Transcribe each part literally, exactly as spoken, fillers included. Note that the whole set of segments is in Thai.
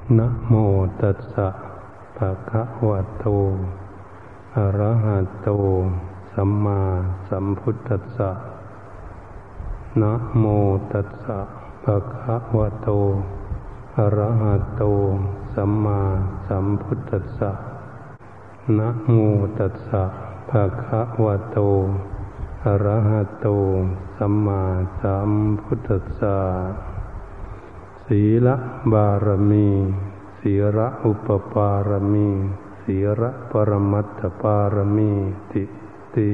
นะโมตัสสะภะคะวะโตอะระหะโตสัมมาสัมพุทธัสสะนะโมตัสสะภะคะวะโตอะระหะโตสัมมาสัมพุทธัสสะนะโมตัสสะภะคะวะโตอะระหะโตสัมมาสัมพุทธัสสะศีลบารมีศีลอุปปารมีศีลปรมัตถปารมีติติ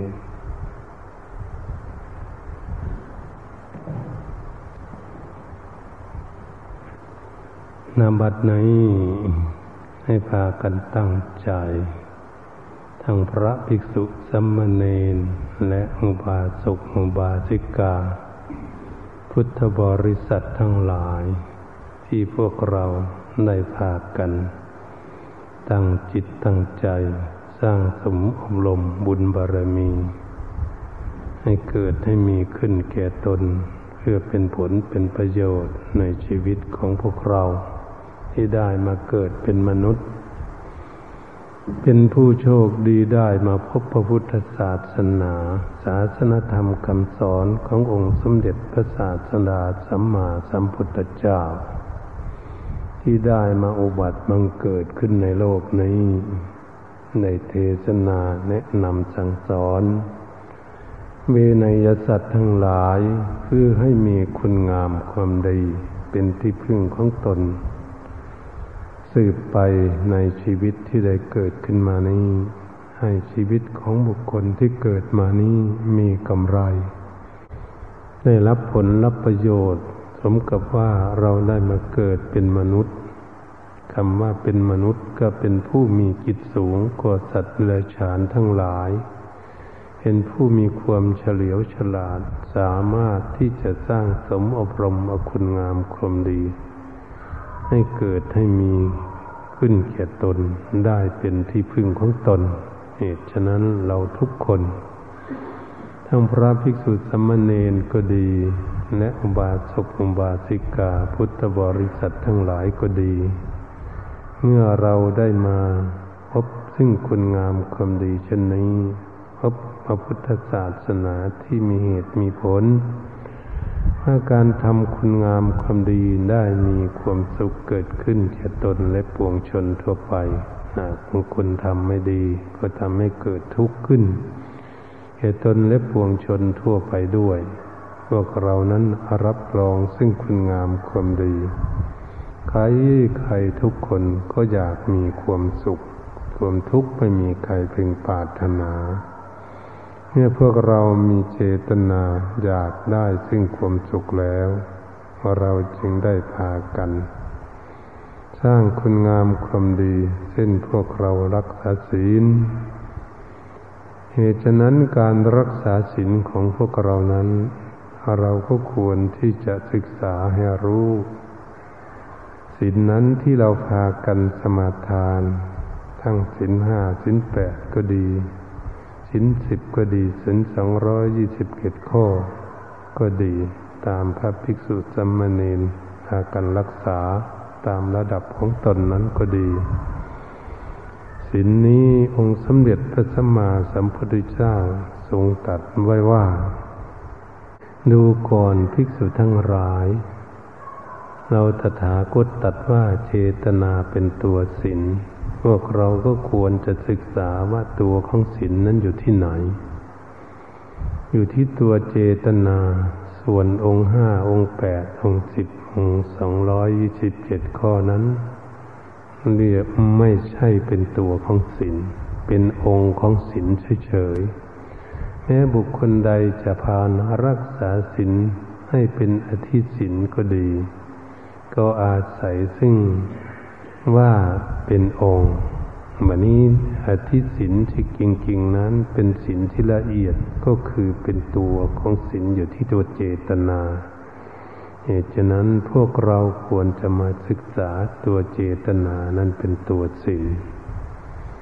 ณ บัดนี้ให้พากันตั้งใจทั้งพระภิกษุสามเณรและอุบาสกอุบาสิกาพุทธบริษัททั้งหลายที่พวกเราได้พากันตั้งจิตตั้งใจสร้างสมอบรมบุญบารมีให้เกิดให้มีขึ้นแก่ตนเพื่อเป็นผลเป็นประโยชน์ในชีวิตของพวกเราที่ได้มาเกิดเป็นมนุษย์เป็นผู้โชคดีได้มาพบพระพุทธศาสนาศาสนธรรมคำสอนขององค์สมเด็จพระศาสดาสัมมาสัมพุทธเจ้าที่ได้มาอุบัติบังเกิดขึ้นในโลกนี้ในเทศนาแนะนำสั่งสอนเวไนยสัตว์ทั้งหลายเพื่อให้มีคุณงามความดีเป็นที่พึ่งของตนสืบไปในชีวิตที่ได้เกิดขึ้นมานี้ให้ชีวิตของบุคคลที่เกิดมานี้มีกำไรได้รับผลรับประโยชน์สมกับว่าเราได้มาเกิดเป็นมนุษย์คำว่าเป็นมนุษย์ก็เป็นผู้มีจิตสูงกว่าสัตว์เดรัจฉานทั้งหลายเป็นผู้มีความเฉลียวฉลาดสามารถที่จะสร้างสมอบรมเอาคุณงามความดีให้เกิดให้มีขึ้นแก่ตนได้เป็นที่พึ่งของตนเหตุฉะนั้นเราทุกคนทั้งพระภิกษุสามเณรก็ดีและอุบาสกอุบาสิกาพุทธบริษัททั้งหลายก็ดีเมื่อเราได้มาพบซึ่งคุณงามความดีเช่นนี้พบพระพุทธศาสนาที่มีเหตุมีผลว่าการทำคุณงามความดีได้มีความสุขเกิดขึ้นแก่ตนและปวงชนทั่วไปหากบางคนทำไม่ดีก็ทำให้เกิดทุกข์ขึ้นแก่ตนและปวงชนทั่วไปด้วยพวกเรานั้นรับรองซึ่งคุณงามความดีใครใครทุกคนก็อยากมีความสุขความทุกข์ไม่มีใครพึงปรารถนาเมื่อพวกเรามีเจตนาอยากได้ซึ่งความสุขแล้วเราจึงได้พากันสร้างคุณงามความดีเช่นพวกเรารักษาศีลเหตุฉะนั้นการรักษาศีลของพวกเรานั้นเราก็ควรที่จะศึกษาให้รู้ศีลนั้นที่เราพากันสมาทานทั้งศีลห้าศีลแปดก็ดีศีลสิบก็ดีศีลสองร้อยยี่สิบเอ็ดข้อก็ดีตามพระภิกษุสามเณรพากันรักษาตามระดับของตนนั้นก็ดีศีลนี้องค์สมเด็จพระสัมมาสัมพุทธเจ้าทรงตรัสไว้ว่าดูก่อนภิกษุทั้งหลายเราตถาคตตรัสว่าเจตนาเป็นตัวศีลพวกเราก็ควรจะศึกษาว่าตัวของศีลนั้นอยู่ที่ไหนอยู่ที่ตัวเจตนาส่วนองค์ห้าองค์แปดองค์สิบองค์สองร้อยยี่สิบเจ็ดข้อนั้นเรียกไม่ใช่เป็นตัวของศีลเป็นองค์ของศีลเฉยๆแม้บุคคลใดจะภาวนารักษาศีลให้เป็นอธิศีลก็ดีก็อาศัยซึ่งว่าเป็นองค์แบบนี้อธิศีลที่จริงๆนั้นเป็นศีลที่ละเอียดก็คือเป็นตัวของศีลอยู่ที่ตัวเจตนาเหตุฉะนั้นพวกเราควรจะมาศึกษาตัวเจตนานั้นเป็นตัวศีล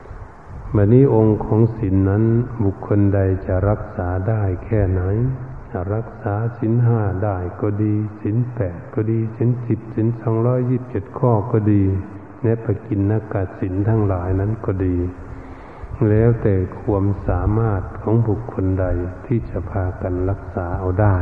แบบนี้องค์ของศีลนั้นบุคคลใดจะรักษาได้แค่ไหนรักษาศีลห้าได้ก็ดีศีลแปดก็ดีศีลสิบศีลสองร้อยยี่สิบเจ็ดข้อก็ดีและปกิณณกศีลทั้งหลายนั้นก็ดีแล้วแต่ความสามารถของบุคคลใดที่จะพากันรักษาเอาได้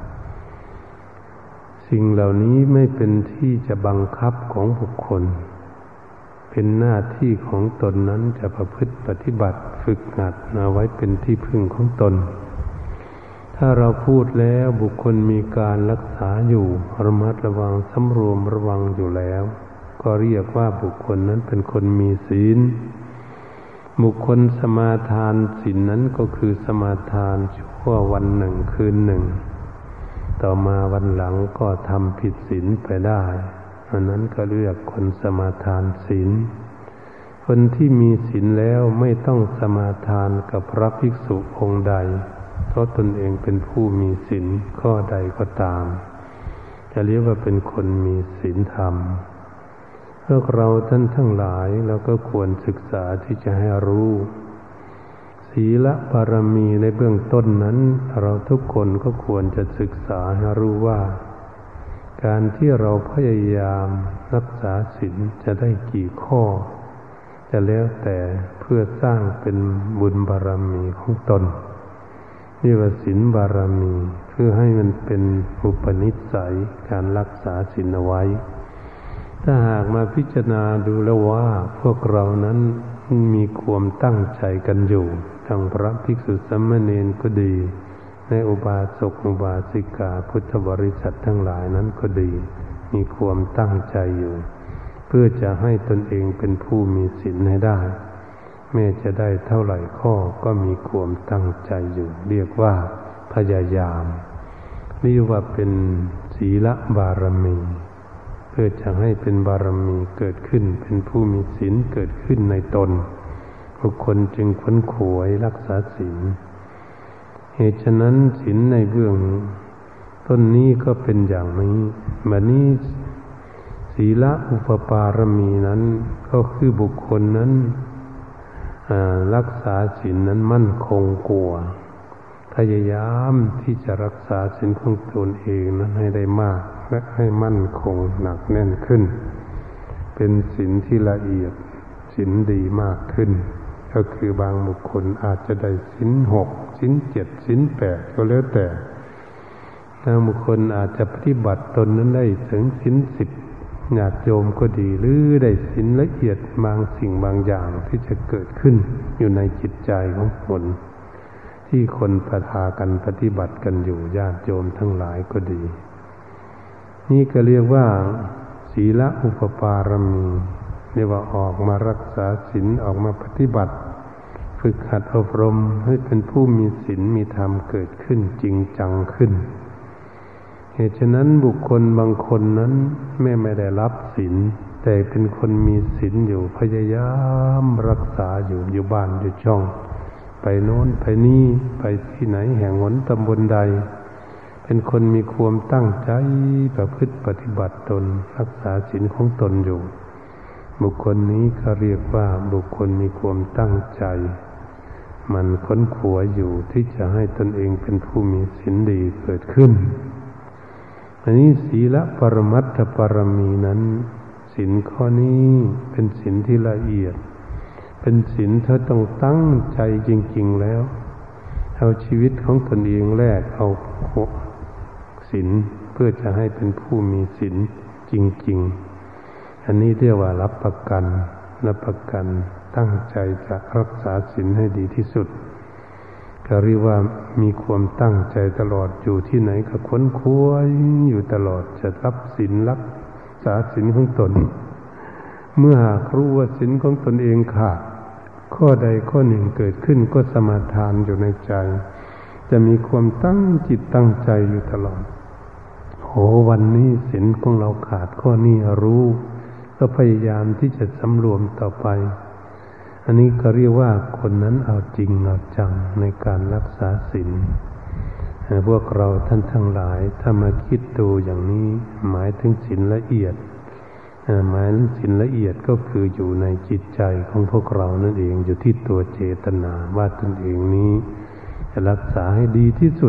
สิ่งเหล่านี้ไม่เป็นที่จะบังคับของบุคคลเป็นหน้าที่ของตนนั้นจะประพฤติปฏิบัติฝึกหัดเอาไว้เป็นที่พึ่งของตนถ้าเราพูดแล้วบุคคลมีการรักษาอยู่ระมัดระวังสำรวมระวังอยู่แล้วก็เรียกว่าบุคคลนั้นเป็นคนมีศีลบุคคลสมาทานศีลนั้นก็คือสมาทานชั่ววันหนึ่งคืนหนึ่งต่อมาวันหลังก็ทำผิดศีลไปได้อันนั้นก็เรียกคนสมาทานศีลคนที่มีศีลแล้วไม่ต้องสมาทานกับพระภิกษุองค์ใดเพราะตนเองเป็นผู้มีศีลข้อใดก็ตามจะเรียกว่าเป็นคนมีศีลธรรมพวกเราท่านทั้งหลายเราก็ควรศึกษาที่จะให้รู้ศีลบารมีในเบื้องต้นนั้นเราทุกคนก็ควรจะศึกษาให้รู้ว่าการที่เราพยายามรักษาศีลจะได้กี่ข้อจะแล้วแต่เพื่อสร้างเป็นบุญบารมีของตนเรียกว่าศีลบารมีเพื่อให้มันเป็นอุปนิสัยการรักษาศีลเอาไว้ถ้าหากมาพิจารณาดูแล้วว่าพวกเรานั้นมีความตั้งใจกันอยู่ทั้งพระภิกษุสามเณรก็ดีในอุบาสกอุบาสิกาพุทธบริษัททั้งหลายนั้นก็ดีมีความตั้งใจอยู่เพื่อจะให้ตนเองเป็นผู้มีศีลให้ได้แม้จะได้เท่าไหร่ข้อก็มีความตั้งใจอยู่เรียกว่าพยายามนี่ว่าเป็นศีลบารมีเพื่อจะให้เป็นบารมีเกิดขึ้นเป็นผู้มีศีลเกิดขึ้นในตนบุคคลจึงขวนขวายรักษาศีลเหตุฉะนั้นศีลในเบื้องต้นนี้ก็เป็นอย่างนี้บัดนี้ศีลอุปปารมีนั้นก็คือบุคคลนั้นรักษาศีลนั้นมั่นคงกว่าพยายามที่จะรักษาศีลของตนเองนั้นให้ได้มากและให้มั่นคงหนักแน่นขึ้นเป็นศีลที่ละเอียดศีลดีมากขึ้นก็คือบางบุคคลอาจจะได้ศีลหกศีลเจ็ดศีลแปดก็แล้วแต่บางบุคคลอาจจะปฏิบัติตนนั้นได้ถึงศีลสิบญาติโยมก็ดีหรือได้ศีลละเอียดบางสิ่งบางอย่างที่จะเกิดขึ้นอยู่ในจิตใจของคนที่คนปฏิบัติกันปฏิบัติกันอยู่ญาติโยมทั้งหลายก็ดีนี่ก็เรียกว่าศีลอุปปารมีเรียกว่าออกมารักษาศีลออกมาปฏิบัติฝึกหัดอบรมให้เป็นผู้มีศีลมีธรรมเกิดขึ้นจริงจังขึ้นเหตุฉะนั้นบุคคลบางคนนั้นแม้ไม่ได้รับศีลแต่เป็นคนมีศีลอยู่พยายามรักษาอยู่อยู่บ้านอยู่ช่องไปโน้นไปนี่ไปที่ไหนแห่งหนตำบลใดเป็นคนมีความตั้งใจประพฤติปฏิบัติตนรักษาศีลของตนอยู่บุคคลนี้ก็เรียกว่าบุคคลมีความตั้งใจมันค้นขวายอยู่ที่จะให้ตนเองเป็นผู้มีศีลดีเกิดขึ้นอันนี้ศีลปรมัตถปรมีนั้นศีลข้อนี้เป็นศีลที่ละเอียดเป็นศีลเธอต้องตั้งใจจริงๆแล้วเอาชีวิตของตนเองแลกเอาศีลเพื่อจะให้เป็นผู้มีศีลจริงๆอันนี้เรียกว่ารับประกันรับประกันตั้งใจจะรักษาศีลให้ดีที่สุดก็เรียกว่ามีความตั้งใจตลอดอยู่ที่ไหนก็ค้นคว้าอยู่ตลอดจะรับศีลรักษาศีลของตนเมื่อหากรู้ว่าศีลของตนเองขาดข้อใดข้อหนึ่งเกิดขึ้นก็สมาทานอยู่ในใจจะมีความตั้งจิตตั้งใจอยู่ตลอดโหวันนี้ศีลของเราขาดข้อนี้รู้ก็พยายามที่จะสำรวมต่อไปอันนี้ก็เรียกว่าคนนั้นเอาจริงเอาจังในการรักษาศีลพวกเราท่านทั้งหลายถ้ามาคิดดูอย่างนี้หมายถึงศีลละเอียดหมายถึงศีลละเอียดก็คืออยู่ในจิตใจของพวกเรานั่นเองอยู่ที่ตัวเจตนาว่าตนเองนี้จะรักษาให้ดีที่สุด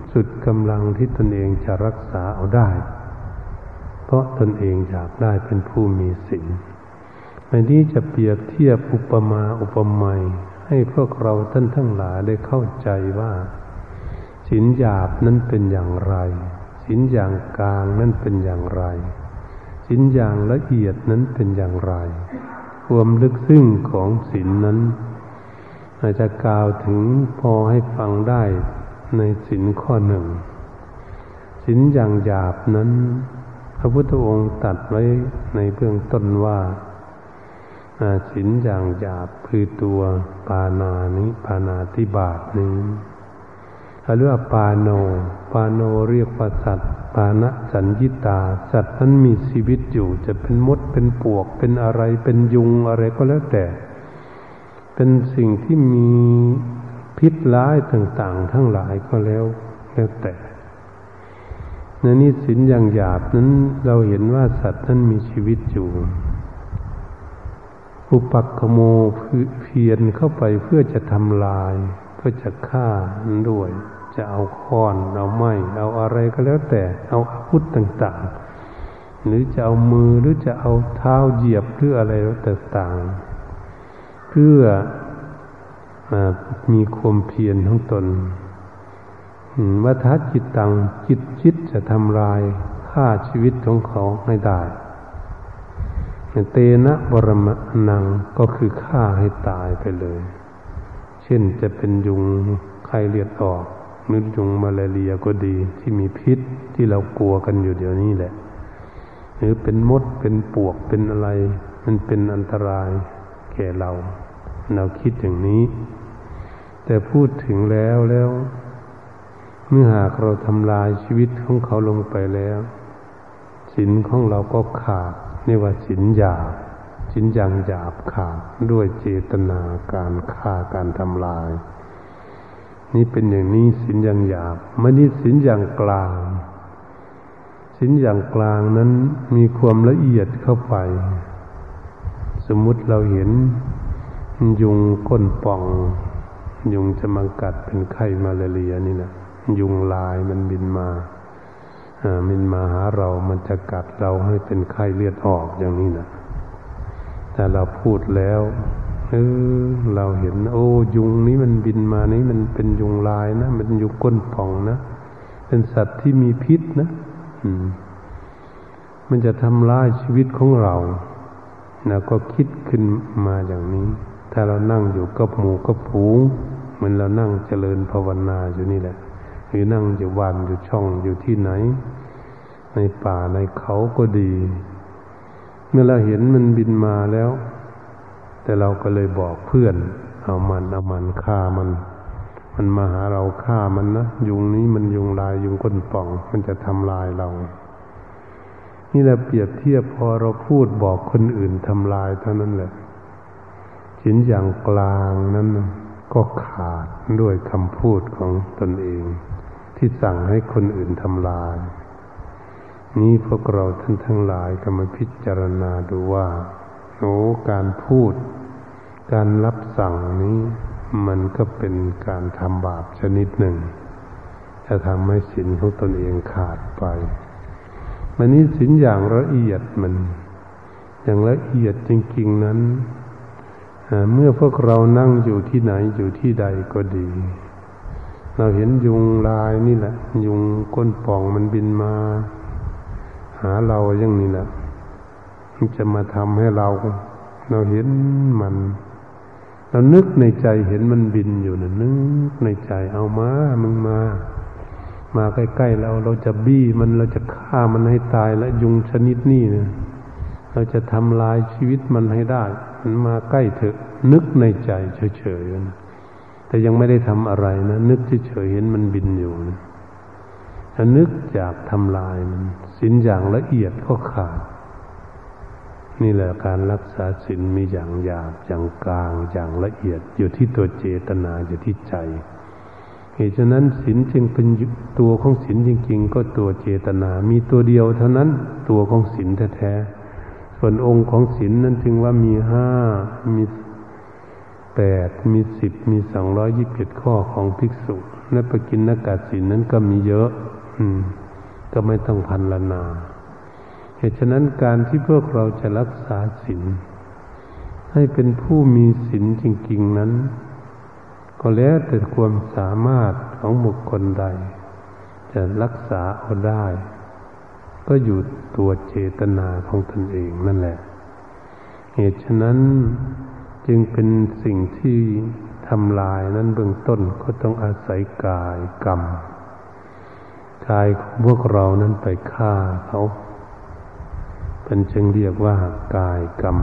สุดกำลังที่ตนเองจะรักษาเอาได้เพราะตนเองอยากได้เป็นผู้มีศีลอันนี้จะเปรียบเทียบอุปมาอุปไมยให้พวกเราท่านทั้งหลายได้เข้าใจว่าศีลหยาบนั้นเป็นอย่างไรศีลอย่างกลางนั้นเป็นอย่างไรศีลอย่างละเอียดนั้นเป็นอย่างไรความลึกซึ้งของศีลนั้นอาจจะกล่าวถึงพอให้ฟังได้ในศีลข้อหนึ่งศีลอย่างหยาบนั้นพระพุทธองค์ตรัสไว้ในเบื้องต้นว่าศีลอย่างหยาบคือตัวปานานี้ปานาธิบาตนี้เขาเรียกว่าปาโนปาโนเรียกว่าสัตว์ปานะสัญญิตาสัตว์นั้นมีชีวิตอยู่จะเป็นมดเป็นปวกเป็นอะไรเป็นยุงอะไรก็แล้วแต่เป็นสิ่งที่มีพิษร้ายต่างๆทั้งหลายก็แล้วแล้วแต่ในนี้ศีลอย่างหยาบนั้นเราเห็นว่าสัตว์นั้นมีชีวิตอยู่อุปักขโมเพียรเข้าไปเพื่อจะทำลายเพื่อจะฆ่าด้วยจะเอาค้อนเอาไม้เอาอะไรก็แล้วแต่เอาอาวุธต่างๆหรือจะเอามือหรือจะเอาเท้าเหยียบหรืออะไรต่างๆเพื่อมีความเพียรของตนวัฏจิตตังจิตจิตจะทำลายฆ่าชีวิตของเขาให้ได้เตนะวรมนังก็คือฆ่าให้ตายไปเลยเช่นจะเป็นยุงไข้เลือดออกหรือยุงมาลาเรียก็ดีที่มีพิษที่เรากลัวกันอยู่เดี๋ยวนี้แหละหรือเป็นมดเป็นปวกเป็นอะไรมันเป็นอันตรายแก่เราเราคิดอย่างนี้แต่พูดถึงแล้วแล้วเมื่อหากเราทำลายชีวิตของเขาลงไปแล้วศีลของเราก็ขาดนี่ว่าศีลหยาบศีลอย่างหยาบขาดด้วยเจตนาการฆ่าการทำลายนี่เป็นอย่างนี้ศีลอย่างหยาบไม่นี่ศีลอย่างกลางศีลอย่างกลางนั้นมีความละเอียดเข้าไปสมมุติเราเห็นยุงก้นป่องยุงจะมากัดเป็นไข้มาลาเรียนี่นะยุงลายมันบินมาอ่ามันมาหาเรามันจะกัดเราให้เป็นไข้เลือดออกอย่างนี้นะแต่เราพูดแล้วเออเราเห็นโอ้ยุงนี้มันบินมานี้มันเป็นยุงลายนะมันยุงก้นป่องนะเป็นสัตว์ที่มีพิษนะอืมมันจะทำร้ายชีวิตของเรานะก็คิดขึ้นมาอย่างนี้ถ้าเรานั่งอยู่กับหมู่กับฝูงเหมือนเรานั่งเจริญภาวนาอยู่นี่แหละหรือนั่งอยู่บ้านอยู่ช่องอยู่ที่ไหนในป่าในเขาก็ดีเมื่อเราเห็นมันบินมาแล้วแต่เราก็เลยบอกเพื่อนเอามันเอามันฆ่ามันมันมาหาเราฆ่ามันนะยุงนี้มันยุงลายยุงก้นป่องมันจะทำลายเรานี่แหละเปรียบเทียบพอเราพูดบอกคนอื่นทำลายเท่านั้นแหละศีลอย่างกลางนั้นก็ขาดด้วยคำพูดของตนเองที่สั่งให้คนอื่นทำลายนี้พวกเราท่านทั้งหลายก็มาพิจารณาดูว่าโอ้การพูดการรับสั่งนี้มันก็เป็นการทำบาปชนิดหนึ่งจะทำให้ศีลของตนเองขาดไปมันนี้ศีลอย่างละเอียดมันอย่างละเอียดจริงๆนั้นเมื่อพวกเรานั่งอยู่ที่ไหนอยู่ที่ใดก็ดีเราเห็นยุงลายนี่แหละยุงก้นป่องมันบินมาหาเราอย่างนี้แหละมันจะมาทำให้เราเราเห็นมันเรานึกในใจเห็นมันบินอยู่นะนึกในใจเอามามึงมามาใกล้ๆเราเราจะบี้มันเราจะฆ่ามันให้ตายและยุงชนิดนี้นะเราจะทำลายชีวิตมันให้ได้มันมาใกล้เถอะนึกในใจเฉยๆนะแต่ยังไม่ได้ทำอะไรนะนึกเฉยๆเห็นมันบินอยู่นะถ้านึกจากทำลายมันศีลอย่างละเอียดก็ขาดนี่แหละการรักษาศีลมีอย่างหยาบอย่างกลางอย่างละเอียดอยู่ที่ตัวเจตนาอยู่ที่ใจเหตุฉะนั้นศีลจึงเป็นตัวของศีลจริงๆก็ตัวเจตนามีตัวเดียวเท่านั้นตัวของศีลแท้ๆส่วนองค์ของศีลนั้นจึงว่ามีห้ามีแปดมีสิบมีสองร้อยยี่สิบเอ็ดข้อของภิกษุและปกิณณกศีลนั้นก็มีเยอะอืมก็ไม่ต้องพรรณนาเหตุฉะนั้นการที่พวกเราจะรักษาศีลให้เป็นผู้มีศีลจริงๆนั้นก็แล้วแต่ความสามารถของบุคคลใดจะรักษาเอาได้ก็อยู่ตัวเจตนาของตนเองนั่นแหละเหตุฉะนั้นจึงเป็นสิ่งที่ทำลายนั้นเบื้องต้นก็ต้องอาศัยกายกรรมกายของพวกเรานั้นไปฆ่าเขาเป็นจึงเรียกว่ากายกรรม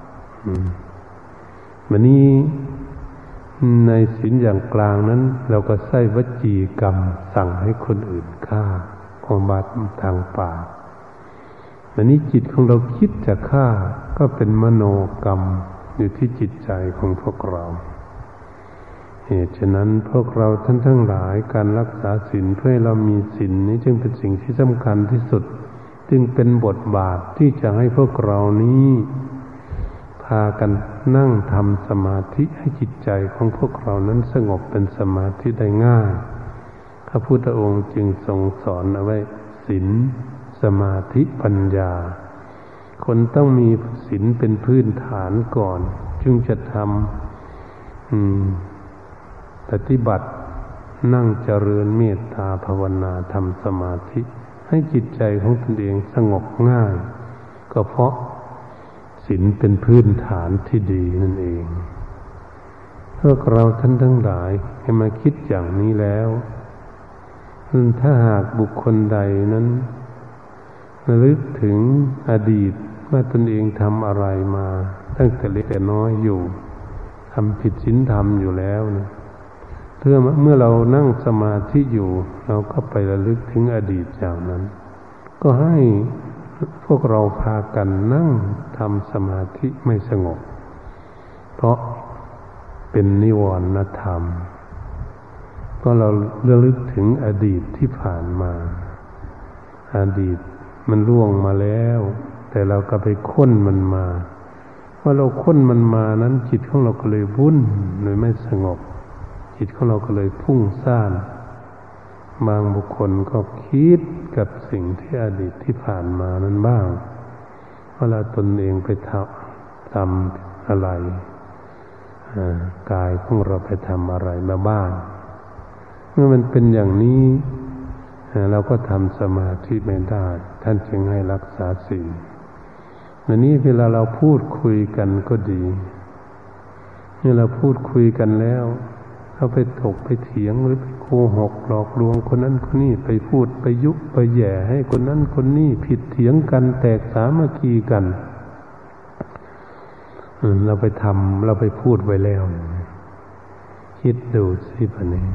วันนี้ในศีลอย่างกลางนั้นเราก็ใช้วจีกรรมสั่งให้คนอื่นฆ่าความบาปทางปากวันนี้จิตของเราคิดจะฆ่าก็เป็นมโนกรรมอยู่ที่จิตใจของพวกเราเหตุฉะนั้นพวกเราท่านทั้งหลายการรักษาศีลเพื่อให้เรามีศีลนี้จึงเป็นสิ่งที่สำคัญที่สุดจึงเป็นบทบาทที่จะให้พวกเรานี้พากันนั่งทำสมาธิให้จิตใจของพวกเรานั้นสงบเป็นสมาธิได้ง่ายพระพุทธองค์จึงทรงสอนเอาไว้ศีลสมาธิปัญญาคนต้องมีศีลเป็นพื้นฐานก่อนจึงจะทำอืมปฏิบัตินั่งเจริญเมตตาภาวนาทำสมาธิให้จิตใจของตนเองสงบง่ายก็เพราะศีลเป็นพื้นฐานที่ดีนั่นเองพวกเราท่านทั้งหลายให้มาคิดอย่างนี้แล้วถ้าหากบุคคลใดนั้นระลึกถึงอดีตว่าตนเองทำอะไรมาตั้งแต่เล็กแต่น้อยอยู่ทำผิดศีลธรรมอยู่แล้วนะเมื่อเมื่อเรานั่งสมาธิอยู่เราก็ไประลึกถึงอดีตอย่างนั้นก็ให้พวกเราพากันนั่งทำสมาธิไม่สงบเพราะเป็นนิวรณธรรมก็เราระลึกถึงอดีตที่ผ่านมาอดีตมันล่วงมาแล้วแต่เราก็ไปค้นมันมาพอเราค้นมันมานั้นจิตของเราก็เลยวุ่นเลยไม่สงบจิตของเราก็เลยพุ่งซ่านบางบุคคลก็คิดกับสิ่งที่อดีตที่ผ่านมานั้นบ้างเวลาตนเองไปทำทำอะไรกายของเราไปทำอะไรมาบ้างเมื่อมันเป็นอย่างนี้เราก็ทำสมาธิไม่ได้ท่านจึงให้รักษาศีลวันนี้เวลาเราพูดคุยกันก็ดีเมื่อเราพูดคุยกันแล้วเราไปถกไปเถียงหรือไปโกหกหลอกลวงคนนั้นคนนี้ไปพูดไปยุไปแย่ให้คนนั้นคนนี้ผิดเถียงกันแตกสามัคคีกันเราไปทำเราไปพูดไว้แล้วคิดดูสิปะเนี่ย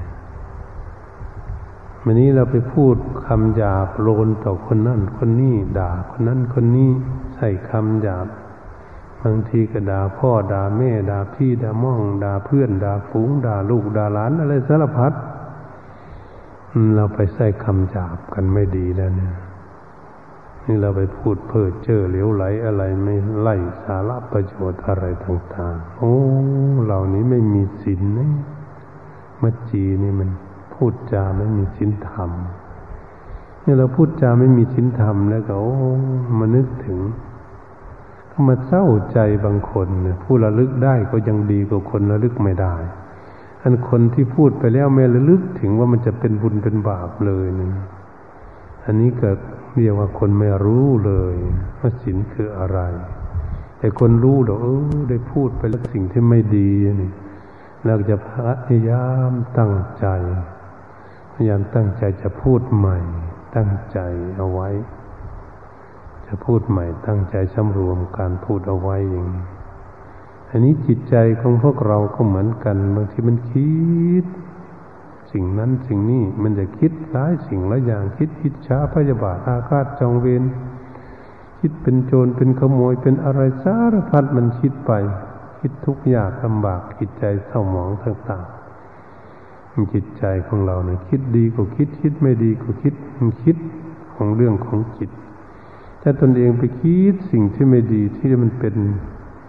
วันนี้เราไปพูดคำหยาบโลนต่อคนนั้นคนนี้ด่าคนนั้นคนนี้ใส่คำหยาบบางทีก็ด่าพ่อด่าแม่ด่าพี่ด่าม่องด่าเพื่อนด่าฝูงด่าลูกด่าหลานอะไรสารพัดเราไปใส่คำหยาบกันไม่ดีแล้วเนี่ยนี่เราไปพูดเพ้อเจ้อเหลวไหลอะไรไม่ไล่สาระประโยชน์อะไรต่างๆโอ้เหล่านี้ไม่มีศีลนะมัจจีนี่มันพูดจาไม่มีศีลธรรมนี่เราพูดจาไม่มีศีลธรรมแล้วก็โอ้มานึกถึงก็มาเศร้าใจบางคนเนี่ยผู้ระลึกได้ก็ยังดีกว่าคนระลึกไม่ได้อันคนที่พูดไปแล้วไม่ระลึกถึงว่ามันจะเป็นบุญเป็นบาปเลยนะอันนี้เกิดเรียกว่าคนไม่รู้เลยว่าศีลคืออะไรแต่คนรู้เดี๋ยวเออได้พูดไปแล้วสิ่งที่ไม่ดีนี่เราจะพยายามตั้งใจพยายามตั้งใจจะพูดใหม่ตั้งใจเอาไว้จะพูดใหม่ตั้งใจสำรวมการพูดเอาไว้อย่างนี้อันนี้จิตใจของพวกเราก็เหมือนกันบางทีมันคิดสิ่งนั้นสิ่งนี้มันจะคิดหลายสิ่งหลายอย่างคิดอิจฉาพยาบาทอาฆาตจองเวรคิดเป็นโจรเป็นขโมยเป็นอะไรสารพัดมันคิดไปคิดทุกข์ยากลำบากจิตใจเศร้าหมองต่างๆจิตใจของเราเนี่ยคิดดีก็คิดคิดไม่ดีก็คิดมันคิดของเรื่องของจิตถ้าตนเองไปคิดสิ่งที่ไม่ดีที่มันเป็น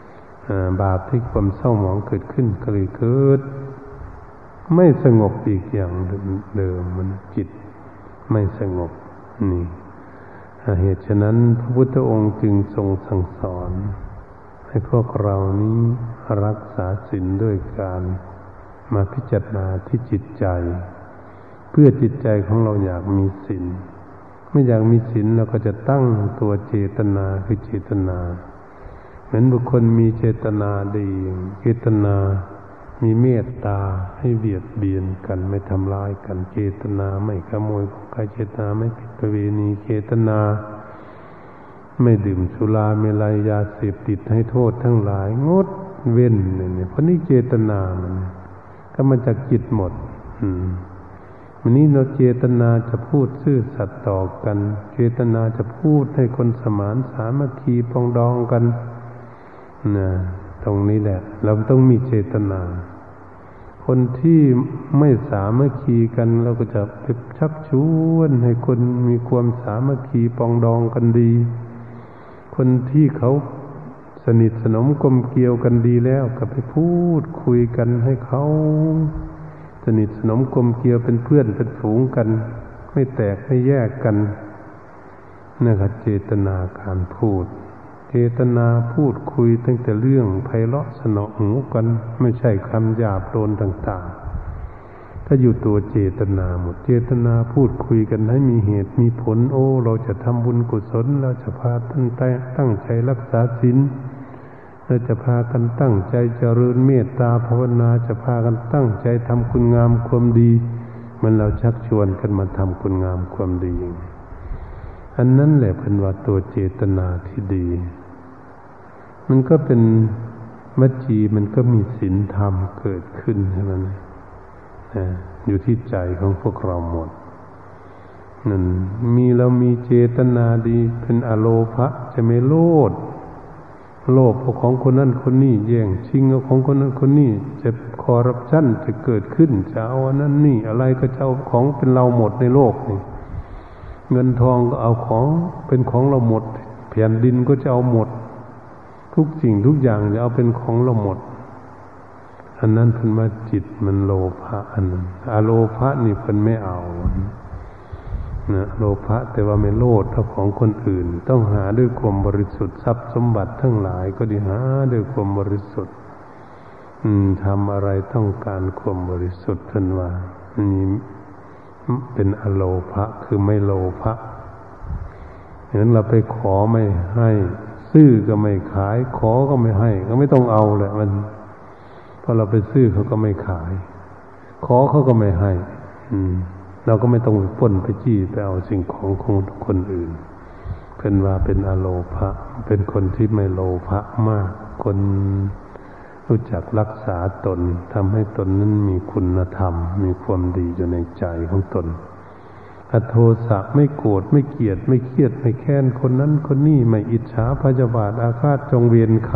บาปที่ความเศร้าหมองเกิดขึ้นก็เลยเกิดไม่สงบอีกอย่างเดิมมันจิตไม่สงบนี่เหตุฉะนั้นพระพุทธองค์จึงทรงสั่งสอนให้พวกเรานี้รักษาศีลด้วยการมาพิจารณาที่จิตใจเพื่อจิตใจของเราอยากมีศีลไม่อยากมีศีลเราก็จะตั้งตัวเจตนาคือเจตนาเหมือนบุคคลมีเจตนาดีเจตนามีเมตตาให้เบียดเบียนกันไม่ทำร้ายกันเจตนาไม่ขโมยของใครเจตนาไม่ผิดประเวณีเจตนาไม่ดื่มสุราเมลัยยาเสพติดให้โทษทั้งหลายงดเว้นเนี่ยเพราะนี่เจตนามันก็มาจากจิตหมดอืมวันนี้เราเจตนาจะพูดซื่อสัตย์ต่อกันเจตนาจะพูดให้คนสมานสามัคคีปรองดองกันนะตรงนี้แหละเราต้องมีเจตนาคนที่ไม่สามัคคีกันเราก็จะไปชักชวนให้คนมีความสามัคคีปรองดองกันดีคนที่เขาสนิทสนมกลมเกลียวกันดีแล้วก็ไปพูดคุยกันให้เขาสนิทสนมกลมเกลียวเป็นเพื่อนเป็นฝูงกันไม่แตกไม่แยกกันนั่นคือเจตนาการพูดเจตนาพูดคุยตั้งแต่เรื่องไพเราะสนอหูกันไม่ใช่คำหยาบโลนต่างๆถ้าอยู่ตัวเจตนาหมดเจตนาพูดคุยกันให้มีเหตุมีผลโอ้เราจะทำบุญกุศลเราจะพาท่านตั้งใจรักษาศีลเราจะพากันตั้งใจเจริญเมตตาภาวนาจะพากันตั้งใจทำคุณงามความดีมันเราชักชวนกันมาทำคุณงามความดีอันนั้นแหละเป็นว่าตัวเจตนาที่ดีมันก็เป็นมัจจีมันก็มีศีลธรรมเกิดขึ้นใช่ไหมนะอยู่ที่ใจของพวกเราหมดนั่นมีเรามีเจตนาดีเป็นอโลภะจะไม่โลภโลภของคนนั้นคนนี้แย่งชิงเอาของคนนั้นคนนี้จะคอร์รัปชันจะเกิดขึ้นจะเอาอันนั้นนี่อะไรก็จะเอาของเป็นเราหมดในโลกนี่เงินทองก็เอาของเป็นของเราหมดแผ่นดินก็จะเอาหมดทุกสิ่งทุกอย่างจะเอาเป็นของเราหมดอันนั้นเพิ่นว่าจิตมันโลภะอันนั้นอโลภะนี่เพิ่นไม่เอานะโลภะแต่ว่าไม่โลภเท่าของคนอื่นต้องหาด้วยความบริสุทธิ์ทรัพย์สมบัติทั้งหลายก็ดีหาด้วยความบริสุทธิ์อืมทำอะไรต้องการความบริสุทธิ์เพิ่นว่านี่เป็นอโลภะคือไม่โลภะอย่างนั้นเราไปขอไม่ให้ซื้อก็ไม่ขายขอก็ไม่ให้ก็ไม่ต้องเอาแหละมันพอเราไปซื้อเขาก็ไม่ขายขอเขาก็ไม่ให้อืมเราก็ไม่ต้องไปปล้นไปจี้ไปเอาสิ่งของของคนอื่นเป็นว่าเป็นอโลภะเป็นคนที่ไม่โลภะมากคนรู้จักรักษาตนทำให้ตนนั้นมีคุณธรรมมีความดีอยู่ในใจของตนอโทสะไม่โกรธไม่เกลียดไม่เครียดไม่แค้นคนนั้นคนนี้ไม่อิจฉาพยาบาทอาฆาตจองเวรใคร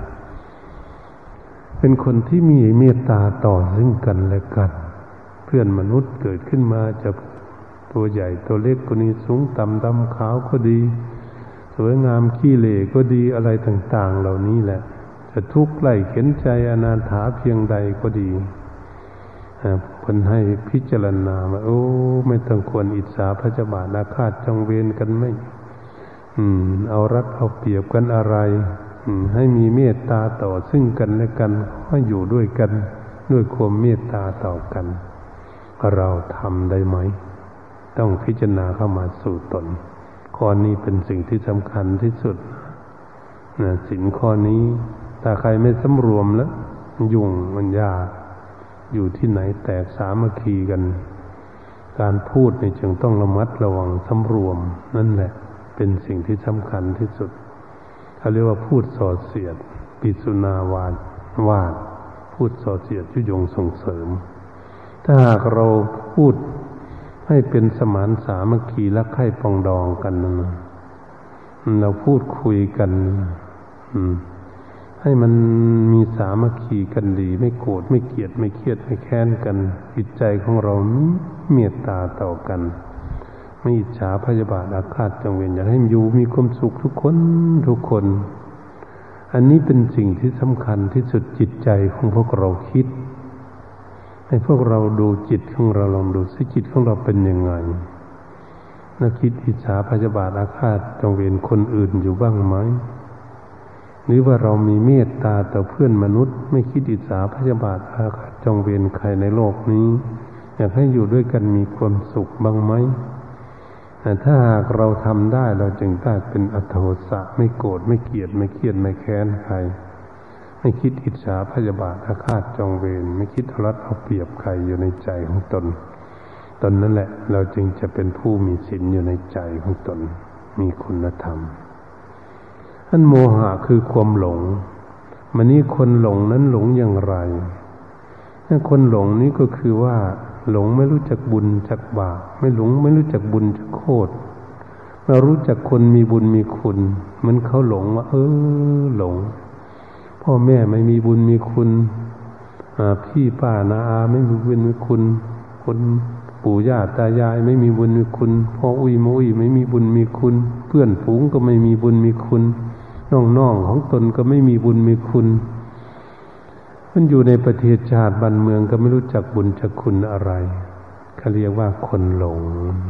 เป็นคนที่มีเมตตาต่อซึ่งกันและกันเพื่อนมนุษย์เกิดขึ้นมาจะตัวใหญ่ตัวเล็กก็นี้สูงต่ำดำขาวก็ดีสวยงามขี้เหร่ก็ดีอะไรต่างๆเหล่านี้แหละจะทุกข์ไล่เข็นใจอนาถาเพียงใดก็ดีเพิ่นให้พิจารณาว่าโอ้ไม่ต้องควรอิจฉาพยาบาทอาฆาตจองเวรกันไม่อืมเอารัดเอาเปรียบกันอะไรอืมให้มีเมตตาต่อซึ่งกันและกันให้อยู่ด้วยกันด้วยความเมตตาต่อกันเราทำได้ไหมต้องพิจารณาเข้ามาสู่ตนข้อนี้เป็นสิ่งที่สำคัญที่สุดนะศีลข้อนี้ถ้าใครไม่สำรวมแล้วยุ่งมันยากอยู่ที่ไหนแตกสามัคคีกันการพูดนี่จึงต้องระมัดระวังสำรวมนั่นแหละเป็นสิ่งที่สำคัญที่สุดเขาเรียกว่าพูดส่อเสียดปิสุนาวาดวาดพูดส่อเสียดยุยงส่งเสริมถ้าหากเราพูดให้เป็นสมานสามัคคีรักใคร่ปองดองกันนะเราพูดคุยกันอืมให้มันมีสามัคคีกันดีไม่โกรธไม่เกลียดไม่เครียดไม่แค้นกันจิตใจของเรามีเมตตาต่อกันไม่อิจฉาพยาบาทอาฆาตจองเวรอยากให้อยู่มีความสุขทุกคนทุกคนอันนี้เป็นสิ่งที่สำคัญที่สุดจิตใจของพวกเราคิดให้พวกเราดูจิตของเราลองดูสิจิตของเราเป็นยังไงน่าคิดอิจฉาพยาบาทอาฆาตจองเวรคนอื่นอยู่บ้างไหมหรือว่าเรามีเมตตาต่อเพื่อนมนุษย์ไม่คิดอิจฉาพยาบาทอาฆาตจองเวรใครในโลกนี้อยากให้อยู่ด้วยกันมีความสุขบ้างไหมแต่ถ้าหากเราทำได้เราจึงได้เป็นอโทสะไม่โกรธไม่เกลียดไม่เครียดไม่แค้นใครไม่คิดอิจฉาพยาบาทอาฆาตจองเวรไม่คิดเอารัดเอาเปรียบใครอยู่ในใจของตนตนนั่นแหละเราจึงจะเป็นผู้มีศีลอยู่ในใจของตนมีคุณธรรมอันโมหะคือความหลงมันนี้คนหลงนั้นหลงอย่างไรถ้าคนหลงนี้ก็คือว่าหลงไม่รู้จักบุญจักบาปไม่หลงไม่รู้จักบุญจักโทษเรารู้จักคนมีบุญมีคุณเหมือนเขาหลงว่าเออหลงพ่อแม่ไม่มีบุญมีคุณพี่ป้าน้าอาไม่มีบุญมีคุณคนปู่ย่าตายายไม่มีบุญมีคุณพ่ออุ้ยมุ้ยไม่มีบุญมีคุณเพื่อนฝูงก็ไม่มีบุญมีคุณน้องๆของตนก็ไม่มีบุญมีคุณมันอยู่ในประเทศชาติบ้านเมืองก็ไม่รู้จักบุญจักคุณอะไรเขาเรียกว่าคนหลง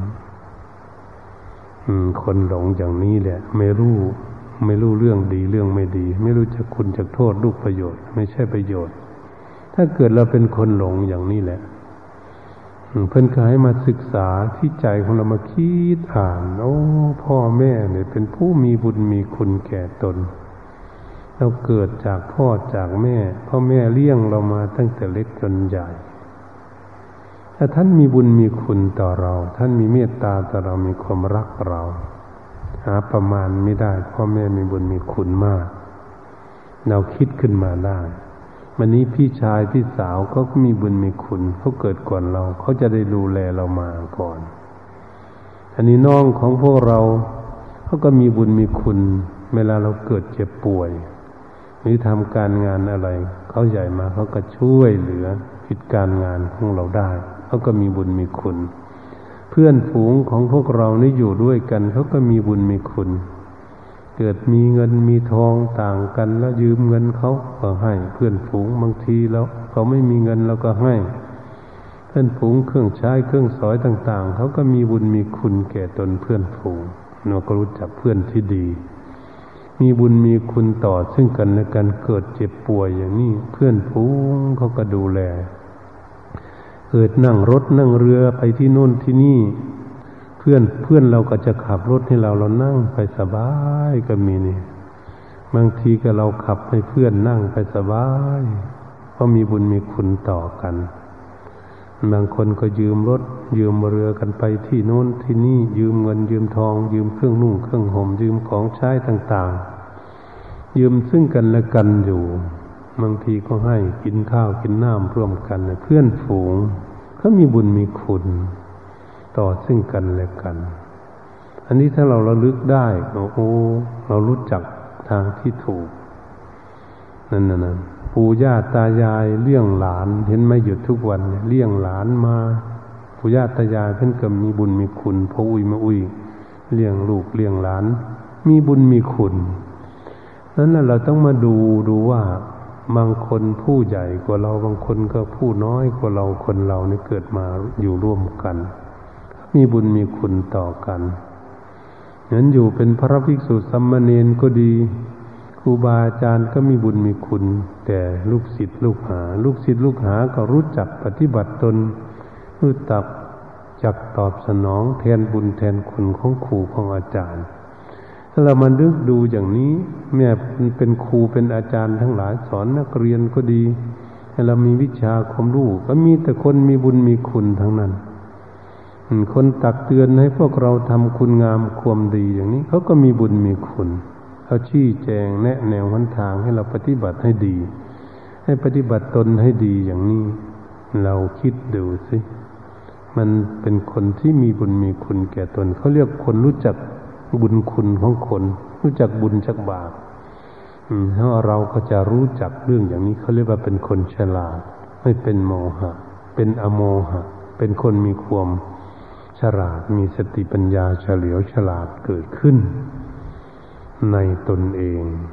อืมคนหลงอย่างนี้แหละไม่รู้ไม่รู้เรื่องดีเรื่องไม่ดีไม่รู้จักคุณจักโทษลูกประโยชน์ไม่ใช่ประโยชน์ถ้าเกิดเราเป็นคนหลงอย่างนี้แหละเพิ่นก็ให้มาศึกษาที่ใจของเรามาคิดอ่านโอ้พ่อแม่เนี่ยเป็นผู้มีบุญมีคุณแก่ตนเราเกิดจากพ่อจากแม่พ่อแม่เลี้ยงเรามาตั้งแต่เล็กจนใหญ่ถ้าท่านมีบุญมีคุณต่อเราท่านมีเมตตาต่อเรามีความรักเราหาประมาณไม่ได้พ่อแม่มีบุญมีคุณมากเราคิดขึ้นมาได้วันนี้พี่ชายพี่สาวเขาก็มีบุญมีคุณเขาเกิดก่อนเราเขาจะได้ดูแลเรามาก่อนอันนี้น้องของพวกเราเขาก็มีบุญมีคุณเวลาเราเกิดเจ็บป่วยหรือทำการงานอะไรเขาใหญ่มาเขาก็ช่วยเหลือกิจการงานของเราได้เขาก็มีบุญมีคุณเพื่อนฝูงของพวกเรานี่อยู่ด้วยกันเขาก็มีบุญมีคุณเกิดมีเงินมีทองต่างกันแล้วยืมเงินเขาก็ให้เพื่อนฝูงบางทีแล้วเขาไม่มีเงินเราก็ให้เพื่อนฝูงเครื่องใช้เครื่องสอยต่างๆเขาก็มีบุญมีคุณแก่ตนเพื่อนฝูงเราก็รู้จักเพื่อนที่ดีมีบุญมีคุณต่อซึ่งกันและกันเกิดเจ็บป่วยอย่างนี้เพื่อนฝูงเขาก็ดูแลเกิดนั่งรถนั่งเรือไปที่โน่นที่นี่เพื่อนเพื่อนเราก็จะขับรถให้เราเรานั่งไปสบายก็มีนี่บางทีก็เราขับให้เพื่อนนั่งไปสบายเพราะมีบุญมีคุณต่อกันบางคนก็ยืมรถยืมเรือกันไปที่โน้นที่นี่ยืมเงินยืมทองยืมเครื่องนุ่งเครื่องห่มยืมของใช้ต่างๆยืมซึ่งกันและกันอยู่บางทีก็ให้กินข้าวกินน้ำร่วมกันเพื่อนฝูงเขามีบุญมีคุณต่อซึ่งกันและกันอันนี้ถ้าเราระลึกได้โอ้เรารู้จักทางที่ถูกนั่นน่ะปู่ย่าตายายเลี้ยงหลานเห็นไหมอยู่ทุกวันเนี่ยเลี้ยงหลานมาปู่ย่าตายายเพิ่นก็มีบุญมีคุณพ่ออุ้ยแม่อุ้ยเลี้ยงลูกเลี้ยงหลานมีบุญมีคุณนั้นน่ะเราต้องมาดูดูว่าบางคนผู้ใหญ่กว่าเราบางคนก็ผู้น้อยกว่าเราคนเรานี่เกิดมาอยู่ร่วมกันมีบุญมีคุณต่อกันนั้นอยู่เป็นพระภิกษุสามเณรก็ดีครูบาอาจารย์ก็มีบุญมีคุณแต่ลูกศิษย์ลูกหาลูกศิษย์ลูกหาก็รู้จักปฏิบัติตนรู้จักจักตอบสนองแทนบุญแทนคุณของครูของอาจารย์ถ้าเรามานึกดูอย่างนี้แม่เป็นครูเป็นอาจารย์ทั้งหลายสอนนักเรียนก็ดีให้เรามีวิชาความรู้ก็มีแต่คนมีบุญมีคุณทั้งนั้นคนตักเตือนให้พวกเราทำคุณงามความดีอย่างนี้เขาก็มีบุญมีคุณเขาชี้แจงแนะแนวหนทางให้เราปฏิบัติให้ดีให้ปฏิบัติตนให้ดีอย่างนี้เราคิดดูสิมันเป็นคนที่มีบุญมีคุณแก่ตนเขาเรียกคนรู้จักบุญคุณของคนรู้จักบุญจักบาปถ้าเราก็จะรู้จักเรื่องอย่างนี้เขาเรียกว่าเป็นคนฉลาดไม่เป็นโมหะเป็นอโมหะเป็นคนมีความฉลาดมีสติปัญญาเฉลียวฉลาดเกิดขึ้นในตนเอง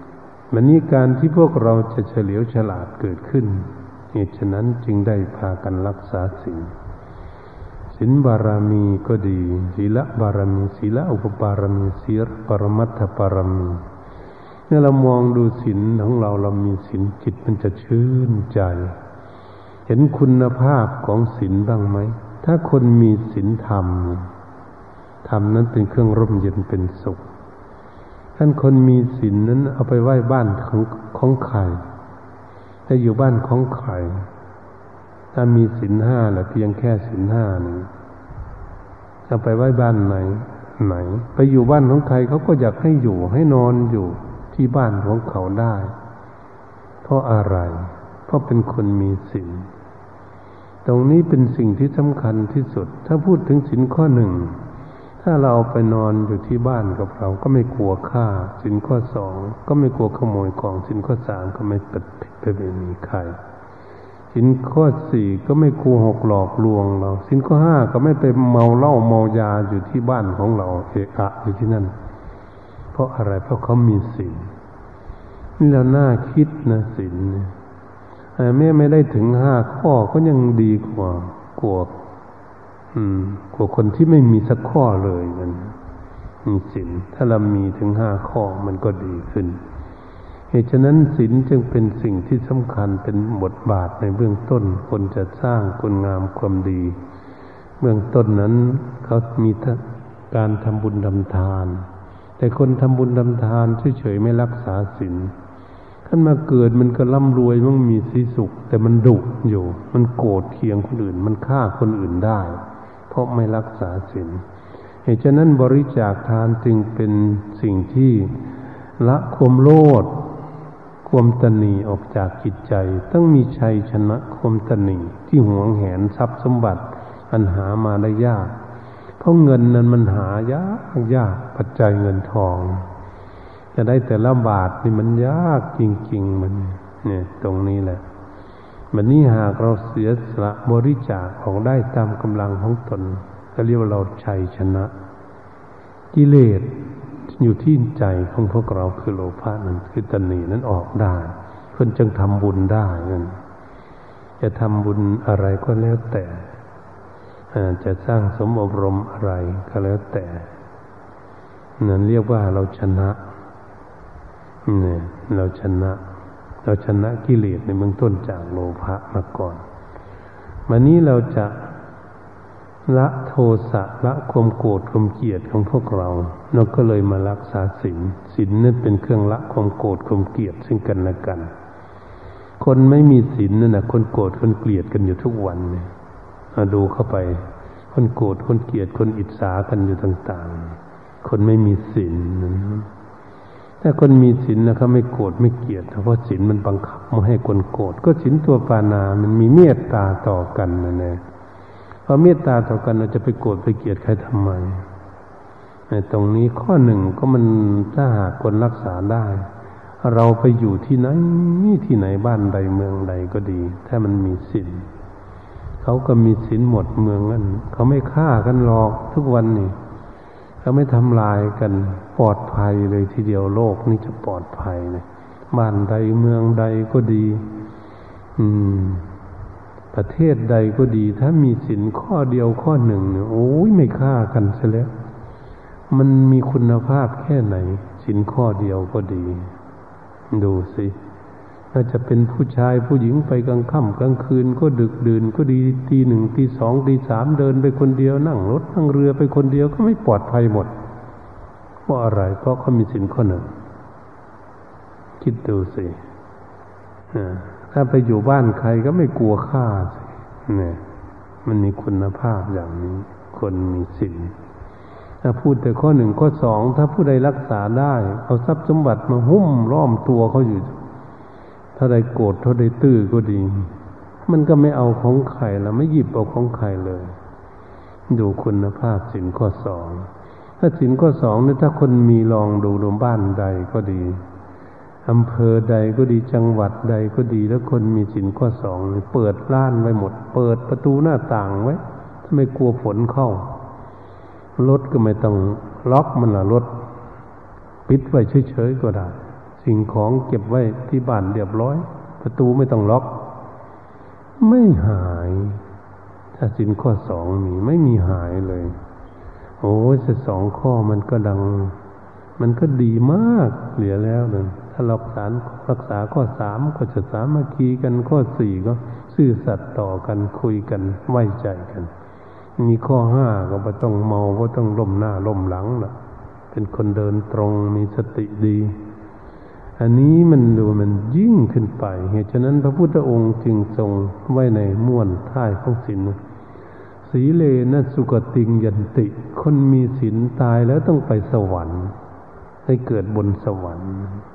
วันนี้การที่พวกเราจะเฉลียวฉลาดเกิดขึ้นเหตุฉะนั้นจึงได้พากันรักษาศีลศีลบารมีก็ดีศีลบารมีศีลอุปบารมีศีลปรมัตถบารมีเมื่อเรามองดูศีลของเราเรามีศีลจิตมันจะชื่นใจเห็นคุณภาพของศีลบ้างไหมถ้าคนมีศีลธรรมธรรมนั้นเป็นเครื่องร่มเย็นเป็นสุขท่านคนมีศีลนั้นเอาไปไหว้บ้านของของใครถ้าอยู่บ้านของใครถ้ามีศีลห้าแหละเพียงแค่ศีลห้านี้เอาไปไหว้บ้านไหนไหนไปอยู่บ้านของใครเขาก็อยากให้อยู่ให้นอนอยู่ที่บ้านของเขาได้เพราะอะไรเพราะเป็นคนมีศีลตรงนี้เป็นสิ่งที่สำคัญที่สุดถ้าพูดถึงศีลข้อหนึ่งถ้าเราไปนอนอยู่ที่บ้านกับเราก็ไม่กลัวฆ่าศีลข้อสองก็ไม่กลัวขโมยของศีลข้อสามก็ไม่ปิดไปไม่มีใครศีลข้อสี่ก็ไม่โกหกหลอกลวงเราศีลข้อห้าก็ไม่ไปเมาเหล้าเมายาอยู่ที่บ้านของเราเอะอะอยู่ที่นั่นเพราะอะไรเพราะเขามีศีลนี่เราน่าคิดนะศีลเนี่ยแม้ไม่ได้ถึงห้าข้อก็ยังดีกว่ากลัวอืมกว่าคนที่ไม่มีสักข้อเลยมันมีศีลถ้าเรามีถึงห้าข้อมันก็ดีขึ้นเหตุฉะนั้นศีลจึงเป็นสิ่งที่สำคัญเป็นบทบาทในเบื้องต้นคนจะสร้างคุณงามความดีเบื้องต้นนั้นเขามีการทำบุญทำทานแต่คนทำบุญทำทานเฉยๆไม่รักษาศีลท่านมาเกิดมันก็ร่ำรวยมันมีสีสุขแต่มันดุอยู่มันโกรธเคียงคนอื่นมันฆ่าคนอื่นได้เพราะไม่รักษาศีลเหตุฉะนั้นบริจาคทานจึงเป็นสิ่งที่ละความโลภความตณีออกจากจิตใจต้องมีชัยชนะความตณีที่หวงแหนทรัพย์สมบัติอันหามาได้ยากเพราะเงินนั้นมันหายากยากปัจจัยเงินทองจะได้แต่ละบาทนี่มันยากจริงๆมันเนี่ยตรงนี้แหละวันนี้หากเราเสียสละบริจาคออกได้ตามกำลังของตนก็เรียกว่าเราชัยชนะกิเลสอยู่ที่ใจของพวกเราคือโลภะนั้นคือตณีนั้นออกได้คนจึงทำบุญได้นั่นจะทำบุญอะไรก็แล้วแต่จะสร้างสมอบรมอะไรก็แล้วแต่นั่นเรียกว่าเราชนะเนี่ยเราชนะเราชนะกิเลสในเบื้องต้นจากโลภะมาก่อนวันนี้เราจะละโทสะละความโกรธความเกลียดของพวกเราเราก็เลยมารักษาศีลศีลนั่นเป็นเครื่องละความโกรธความเกลียดซึ่งกันและกันคนไม่มีศีลนั่นน่ะคนโกรธคนเกลียดกันอยู่ทุกวันเนี่ยมาดูเข้าไปคนโกรธคนเกลียดคนอิจฉากันอยู่ต่างๆคนไม่มีศีลถ้าคนมีศีลนะเขาไม่โกรธไม่เกลียดเพราะศีลมันบังคับไม่ให้คนโกรธก็ศีลตัวปานามันมีเมตตาต่อกันนะเนี่ยพอเมตตาต่อกันเราจะไปโกรธไปเกลียดใครทำไมในตรงนี้ข้อหนึ่งก็มันถ้าหากคนรักษาได้เราไปอยู่ที่ไหนที่ไหนบ้านใดเมืองใดก็ดีถ้ามันมีศีลเขาก็มีศีลหมดเมืองนั้นเขาไม่ฆ่ากันหรอกทุกวันนี่เขาไม่ทำลายกันปลอดภัยเลยทีเดียวโลกนี้จะปลอดภัยเลยบ้านใดเมืองใดก็ดีอืมประเทศใดก็ดีถ้ามีศีลข้อเดียวข้อหนึ่งเนี่ยโอ้ยไม่ฆ่ากันซะแล้วมันมีคุณภาพแค่ไหนศีลข้อเดียวก็ดีดูสิถ้าจะเป็นผู้ชายผู้หญิงไปกลางค่ำกลางคืนก็ดึกดื่นก็ดีตีหนึ่งตีสองตีสามเดินไปคนเดียวนั่งรถนั่งเรือไปคนเดียวก็ไม่ปลอดภัยหมดเพราะอะไรเพราะเขามีศีลข้อหนึ่งคิดดูสิถ้าไปอยู่บ้านใครก็ไม่กลัวฆ่าสิเนี่ยมันมีคุณภาพอย่างนี้คนมีศีลถ้าพูดแต่ข้อหนึ่งข้อสองถ้าผู้ใดรักษาได้เอาทรัพย์สมบัติมาหุ้มล้อมตัวเขาอยู่ถ้าใดโกรธถ้าใดตื้อก็ดีมันก็ไม่เอาของใครแล้วไม่หยิบเอาของใครเลยดูคุณภาพศีลข้อสองถ้าศีลข้อสองเนี่ยถ้าคนมีลองดูดูบ้านใดก็ดีอำเภอใดก็ดีจังหวัดใดก็ดีแล้วคนมีศีลข้อสองเปิดร้านไว้หมดเปิดประตูหน้าต่างไว้ถ้าไม่กลัวฝนเข้ารถก็ไม่ต้องล็อกมันละรถปิดไว้เฉยๆก็ได้สิ่งของเก็บไว้ที่บ้านเรียบร้อยประตูไม่ต้องล็อกไม่หายถ้าศีลข้อสองมีไม่มีหายเลยโอ้ยสองข้อมันก็ดังมันก็ดีมากเหลือแล้วนะถ้ารักษารักษาข้อสามก็จะสามัคคีกันข้อสี่ก็ซื่อสัตย์ต่อกันคุยกันไว้ใจกันมีข้อห้าก็ไม่ต้องเมาก็ต้องล้มหน้าล้มหลังล่ะเป็นคนเดินตรงมีสติดีอันนี้มันดูมันยิ่งขึ้นไปเหตุฉะนั้นพระพุทธองค์จึงทรงไว้ในม่วนท้ายของศีลสีเลนะสุกติงยันติคนมีศีลตายแล้วต้องไปสวรรค์ให้เกิดบนสวรรค์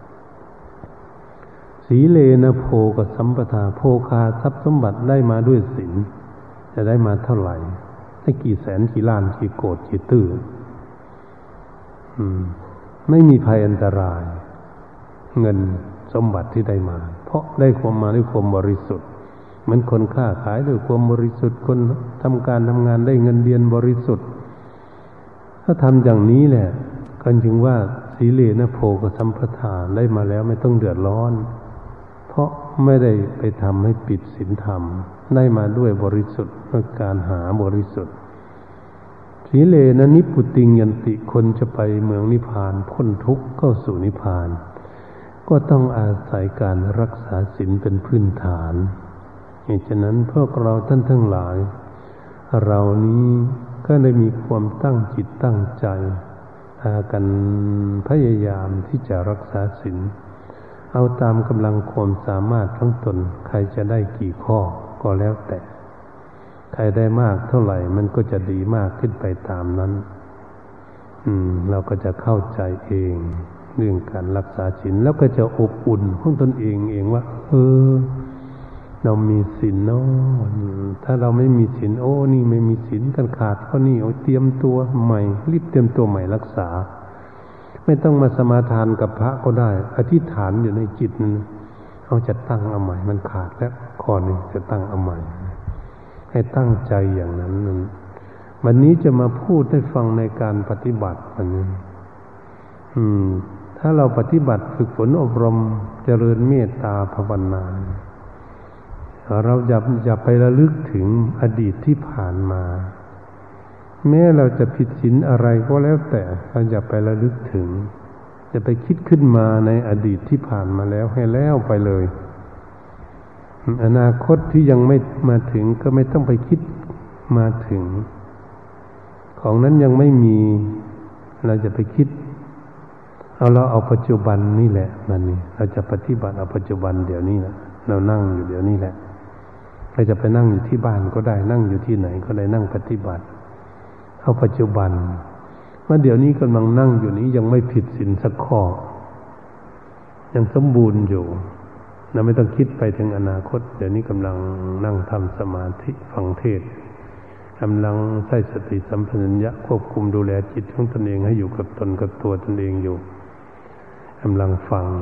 สีเลนะโภกสัมปทาโภคาทรัพย์สมบัติได้มาด้วยศีลจะได้มาเท่าไหร่ให้กี่แสนกี่ล้านกี่โกฏกี่ตื้ออืมไม่มีภัยอันตรายเงินสมบัติที่ได้มาเพราะได้ความมาด้วยความบริสุทธิ์เหมือนคนค้าขายด้วยความบริสุทธิ์คนทำการทำงานได้เงินเดือนบริสุทธิ์ถ้าทำอย่างนี้แหละก็จึงว่าสีเลนะโภคสัมปทาได้มาแล้วไม่ต้องเดือดร้อนเพราะไม่ได้ไปทำให้ปิดศีลธรรมได้มาด้วยบริสุทธิ์ด้วยการหาบริสุทธิ์สีเลนะนิพพุติงยันติคนจะไปเมืองนิพพานพ้นทุกข์เข้าสู่นิพพานก็ต้องอาศัยการรักษาศีลเป็นพื้นฐานเหตุฉะนั้นพวกเราท่านทั้งหลายเรานี้ก็ได้มีความตั้งจิตตั้งใจพากันพยายามที่จะรักษาศีลเอาตามกำลังความสามารถของตนใครจะได้กี่ข้อก็แล้วแต่ใครได้มากเท่าไหร่มันก็จะดีมากขึ้นไปตามนั้นอืมเราก็จะเข้าใจเองเรื่องการรักษาศีลแล้วก็จะอบอุ่นของตนเองเองว่าเออเรามีศีลเนาะถ้าเราไม่มีศีลโอ้นี่ไม่มีศีลกันขาดข้อนี้เอาเตรียมตัวใหม่รีบเตรียมตัวใหม่รักษาไม่ต้องมาสมาทานกับพระก็ได้อธิษฐานอยู่ในจิตนั้นเอาจะตั้งเอาใหม่มันขาดแล้วข้อนี้จะตั้งเอาใหม่ให้ตั้งใจอย่างนั้นวันนี้จะมาพูดให้ฟังในการปฏิบัติมันอืมถ้าเราปฏิบัติฝึกฝนอบรมเจริญเมตตาภาวนาเราอย่าอย่าไประลึกถึงอดีตที่ผ่านมาแม้เราจะผิดศีลอะไรก็แล้วแต่เราอย่าไประลึกถึงจะไปคิดขึ้นมาในอดีตที่ผ่านมาแล้วให้แล้วไปเลยอนาคตที่ยังไม่มาถึงก็ไม่ต้องไปคิดมาถึงของนั้นยังไม่มีเราจะไปคิดเอาเราเอาปัจจุบันนี่แหละมันนี่เราจะปฏิบัติเอาปัจจุบันเดี๋ยวนี้แหละเรานั่งอยู่เดี๋ยวนี้แหละเราจะไปนั่งอยู่ที่บ้านก็ได้นั่งอยู่ที่ไหนก็ได้นั่งปฏิบัติเอาปัจจุบันว่าเดี๋ยวนี้กำลังนั่งอยู่นี้ยังไม่ผิดศีลสักข้อยังสมบูรณ์อยู่เราไม่ต้องคิดไปถึงอนาคตเดี๋ยวนี้กำลังนั่งทำสมาธิฟังเทศน์กำลังใช้สติสัมปชัญญะควบคุมดูแลจิตของตนเองให้อยู่กับตนกับตัวตนเองอยู่กำลังฟัง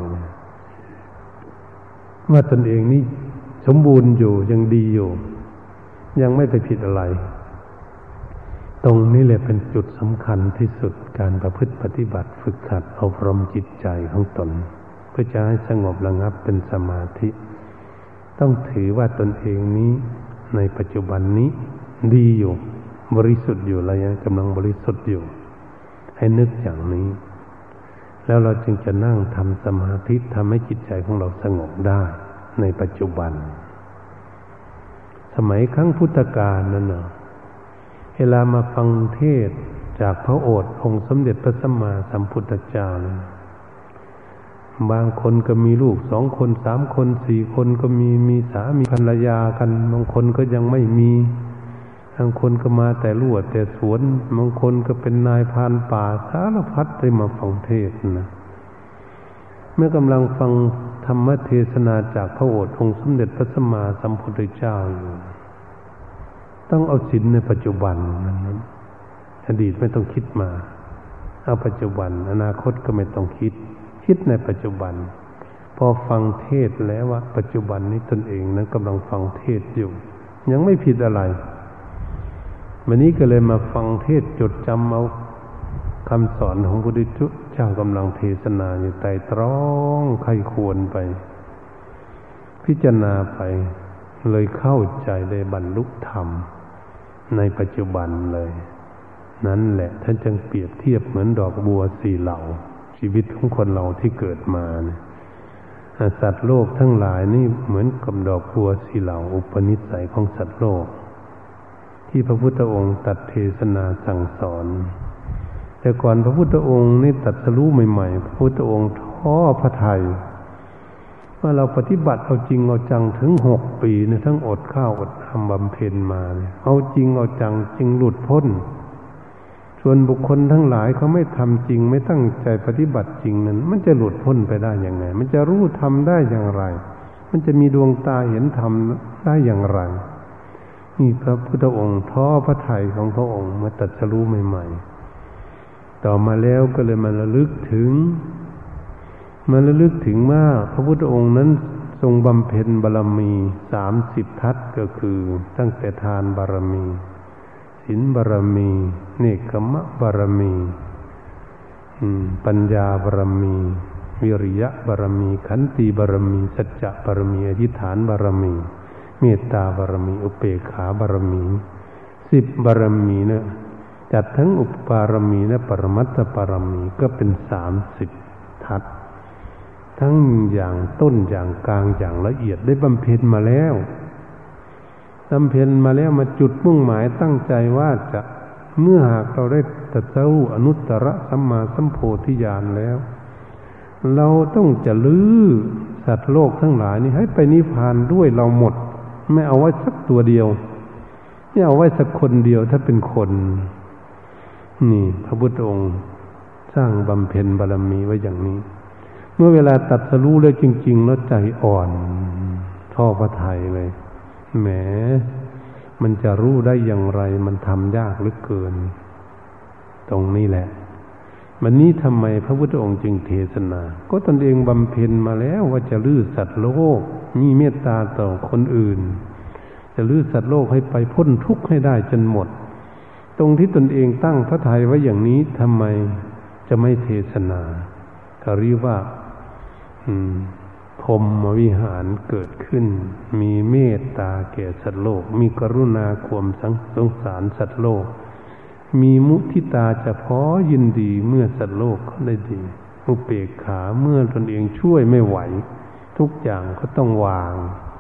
ว่าตนเองนี่สมบูรณ์อยู่ยังดีอยู่ยังไม่ไปผิดอะไรตรงนี้แหละเป็นจุดสำคัญที่สุดการประพฤติปฏิบัติฝึกหัดอบรมจิตใจของตนเพื่อจะให้สงบระงับเป็นสมาธิต้องถือว่าตนเองนี้ในปัจจุบันนี้ดีอยู่บริสุทธิ์อยู่อะไรยังกำลังบริสุทธิ์อยู่ให้นึกอย่างนี้แล้วเราจึงจะนั่งทำสมาธิทำให้จิตใจของเราสงบได้ในปัจจุบันสมัยครั้งพุทธกาลนั่นเนาะเวลามาฟังเทศจากพระโอษฐ์องค์สมเด็จพระสัมมาสัมพุทธเจ้านะบางคนก็มีลูกสองคนสามคนสี่คนก็มีมีสามีภรรยากันบางคนก็ยังไม่มีบางคนก็มาแต่ลวดแต่สวนบางคนก็เป็นนายพรานป่าสารพัดได้มาฟังเทศนะเมื่อกำลังฟังธรรมเทศนาจากพระโอษฐ์องค์สมเด็จพระสัมมาสัมพุทธเจ้าอยู่ต้องเอาศีลในปัจจุบันนั้นอดีตไม่ต้องคิดมาเอาปัจจุบันอนาคตก็ไม่ต้องคิดคิดในปัจจุบันพอฟังเทศแล้วว่าปัจจุบันนี้ตนเองนั้นกำลังฟังเทศอยู่ยังไม่ผิดอะไรวันนี้ก็เลยมาฟังเทศจดจำเอาคำสอนของพระพุทธเจ้ากำลังเทศนาอยู่ไตรตรองใครควรไปพิจารณาไปเลยเข้าใจได้บรรลุธรรมในปัจจุบันเลยนั่นแหละท่านจึงเปรียบเทียบเหมือนดอกบัวสี่เหล่าชีวิตของคนเราที่เกิดมาเนี่ยสัตว์โลกทั้งหลายนี่เหมือนกับดอกบัวสี่เหล่าอุปนิสัยของสัตว์โลกที่พระพุทธองค์ตรัสเทศนาสั่งสอนแต่ก่อนพระพุทธองค์นี่ตรัสรู้ใหม่ๆพระพุทธองค์ท้อพระทัยว่าเราปฏิบัติเอาจริงเอาจังถึงหกปีเนี่ยทั้งอดข้าวอดน้ำบำเพ็ญมาเนี่ยเอาจริงเอาจังจริงหลุดพ้นส่วนบุคคลทั้งหลายเขาไม่ทำจริงไม่ตั้งใจปฏิบัติจริงนั้นมันจะหลุดพ้นไปได้ยังไงมันจะรู้ธรรมได้อย่างไรมันจะมีดวงตาเห็นธรรมได้อย่างไรนี่พระพุทธองค์ท้อพระทัยของพระองค์มาตรัสรู้ใหม่ๆต่อมาแล้วก็เลยมาระลึกถึงมาระลึกถึงว่าพระพุทธองค์นั้นทรงบำเพ็ญบารมีสามสิบทัศก็คือตั้งแต่ทานบารมีศีลบารมีเนกขมะบารมีปัญญาบารมีวิริยะบารมีขันติบารมีสัจจะบารมีอธิษฐานบารมีเมตตาบารมีอุเบกขาบารมีสิบบารมีเนี่ยจัดทั้งอุปบารมีและปรมัตถบารมีก็เป็นสามสิบทัศทั้งอย่างต้นอย่างกลางอย่างละเอียดได้บำเพ็ญมาแล้วบำเพ็ญมาแล้วมาจุดมุ่งหมายตั้งใจว่าจะเมื่อหากเราได้ตรัสรู้อนุตตรสัมมาสัมโพธิญาณแล้วเราต้องจะลื้อสัตว์โลกทั้งหลายนี้ให้ไปนิพพานด้วยเราหมดไม่เอาไว้สักตัวเดียวไม่เอาไว้สักคนเดียวถ้าเป็นคนนี่พระพุทธองค์สร้างบำเพ็ญบารมีไว้อย่างนี้เมื่อเวลาตรัสรู้แล้วจริงๆแล้วใจอ่อนท้อพระทัยเลยแหมมันจะรู้ได้อย่างไรมันทำยากเหลือเกินตรงนี้แหละวันนี้ทำไมพระพุทธองค์จึงเทศนาก็ตนเองบำเพ็ญมาแล้วว่าจะลื้อสัตว์โลกมีเมตตาต่อคนอื่นจะลื้อสัตว์โลกให้ไปพ้นทุกข์ให้ได้จนหมดตรงที่ตนเองตั้งพระทัยไว้อย่างนี้ทำไมจะไม่เทศนาก็เรียกว่าอืมพรหมวิหารเกิดขึ้นมีเมตตาแก่สัตว์โลกมีกรุณาความสงสารสัตว์โลกมีมุทิตาเฉพาะยินดีเมื่อสัตว์โลกเขาได้ดีอุเบกขาเมื่อตนเองช่วยไม่ไหวทุกอย่างก็ต้องวาง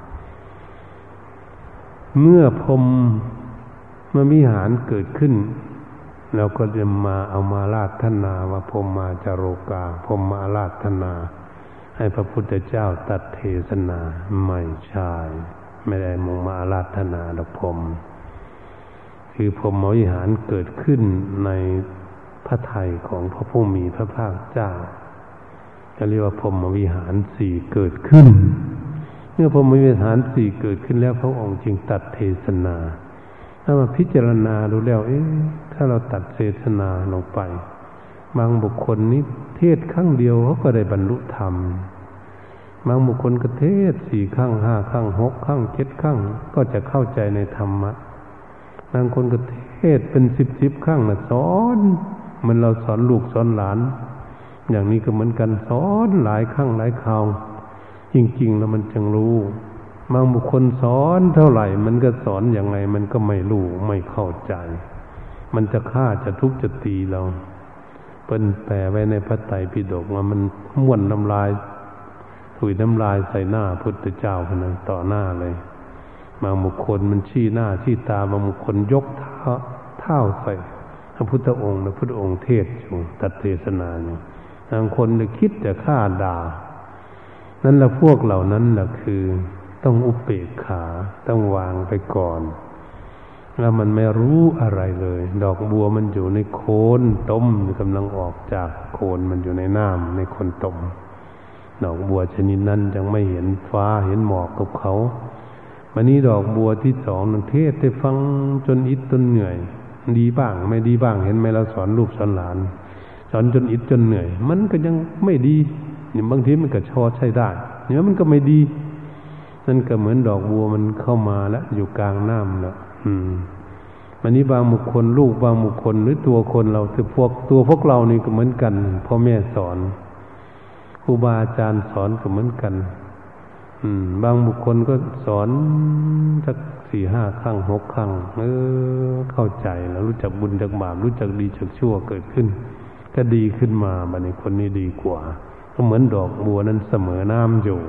เมื่อพรหมวิหารเกิดขึ้นเราก็จะมาเอามาราธนาว่าพรหมาจาโรกาพรหมาราธนาให้พระพุทธเจ้าตรัสเทศนาไม่ใช่ไม่ได้มงมาอาราธนาดอกพรหมคือพรหมวิหารเกิดขึ้นในพระทัยของพระผู้มีพระภาคเจ้าจะเรียกว่าพรหมวิหารสี่เกิดขึ้นเมื่อพรหมวิหารสี่เกิดขึ้นแล้วพระองค์จึงตรัสเทศนาถ้ามาพิจารณาดูแล้วเอ๊ะถ้าเราตัดเทศนาลงไปบางบุคคลนี้เทศครั้งเดียวเขาก็ได้บรรลุธรรมบางบุคคลก็เทศสี่ครั้งห้าครั้งหกครั้งเจ็ดครั้งก็จะเข้าใจในธรรมะบางคนก็เทศเป็นสิบสิบครั้งนะสอนเหมือนเราสอนลูกสอนหลานอย่างนี้ก็เหมือนกันสอนหลายครั้งหลายคราวจริงๆแล้วมันจึงรู้บางบุคคลสอนเท่าไหร่มันก็สอนอย่างไรมันก็ไม่รู้ไม่เข้าใจมันจะฆ่าจะทุบจะตีเราเป็นแปลไว้ในพระไตรปิฎกว่ามันม้วนน้ำลายถุยน้ำลายใส่หน้าพุทธเจ้าคนนั้นต่อหน้าเลยบางบุคคลมันชี้หน้าชี้ตาบางบุคคลยกเท้าเท้าใส่พระพุทธองค์พระพุทธองค์เทศอยู่ตัดเทศนาอยู่บางคนจะคิดจะฆ่าด่านั่นแหละพวกเหล่านั้นแหละคือต้องอุเบกขาต้องวางไปก่อนแล้วมันไม่รู้อะไรเลยดอกบัวมันอยู่ในโคนต้มกำลังออกจากโคนมันอยู่ในน้ำในโคนต้มดอกบัวชนิดนั้นยังไม่เห็นฟ้าเห็นหมอกกับเขาวันนี้ดอกบัวที่สองนันเทศได้ฟังจนอิดจนเหนื่อยดีบ้างไม่ดีบ้างเห็นไหมเราสอนลูกสอนหลานสอนจนอิดจนเหนื่อยมันก็ยังไม่ดีนี่บางทีมันก็ชอใช้ได้เนี่ยมันก็ไม่ดีนั่นก็เหมือนดอกบัวมันเข้ามาแล้วอยู่กลางน้ำแล้วอืมวันนี้บางบุคคลลูกบางบุคคลหรือตัวคนเราคือพวกตัวพวกเรานี่ก็เหมือนกันพ่อแม่สอนครูบาอาจารย์สอนก็เหมือนกันอืมบางบุคคลก็สอนสักสี่ห้าครั้งหกครั้งเออเข้าใจแล้วรู้จักบุญจักบาปรู้จักดีจักชั่วเกิดขึ้นก็ดีขึ้นมาบัดนี้คนนี้ดีกว่าก็เหมือนดอกบัวนั้นเสมอน้ำอยู่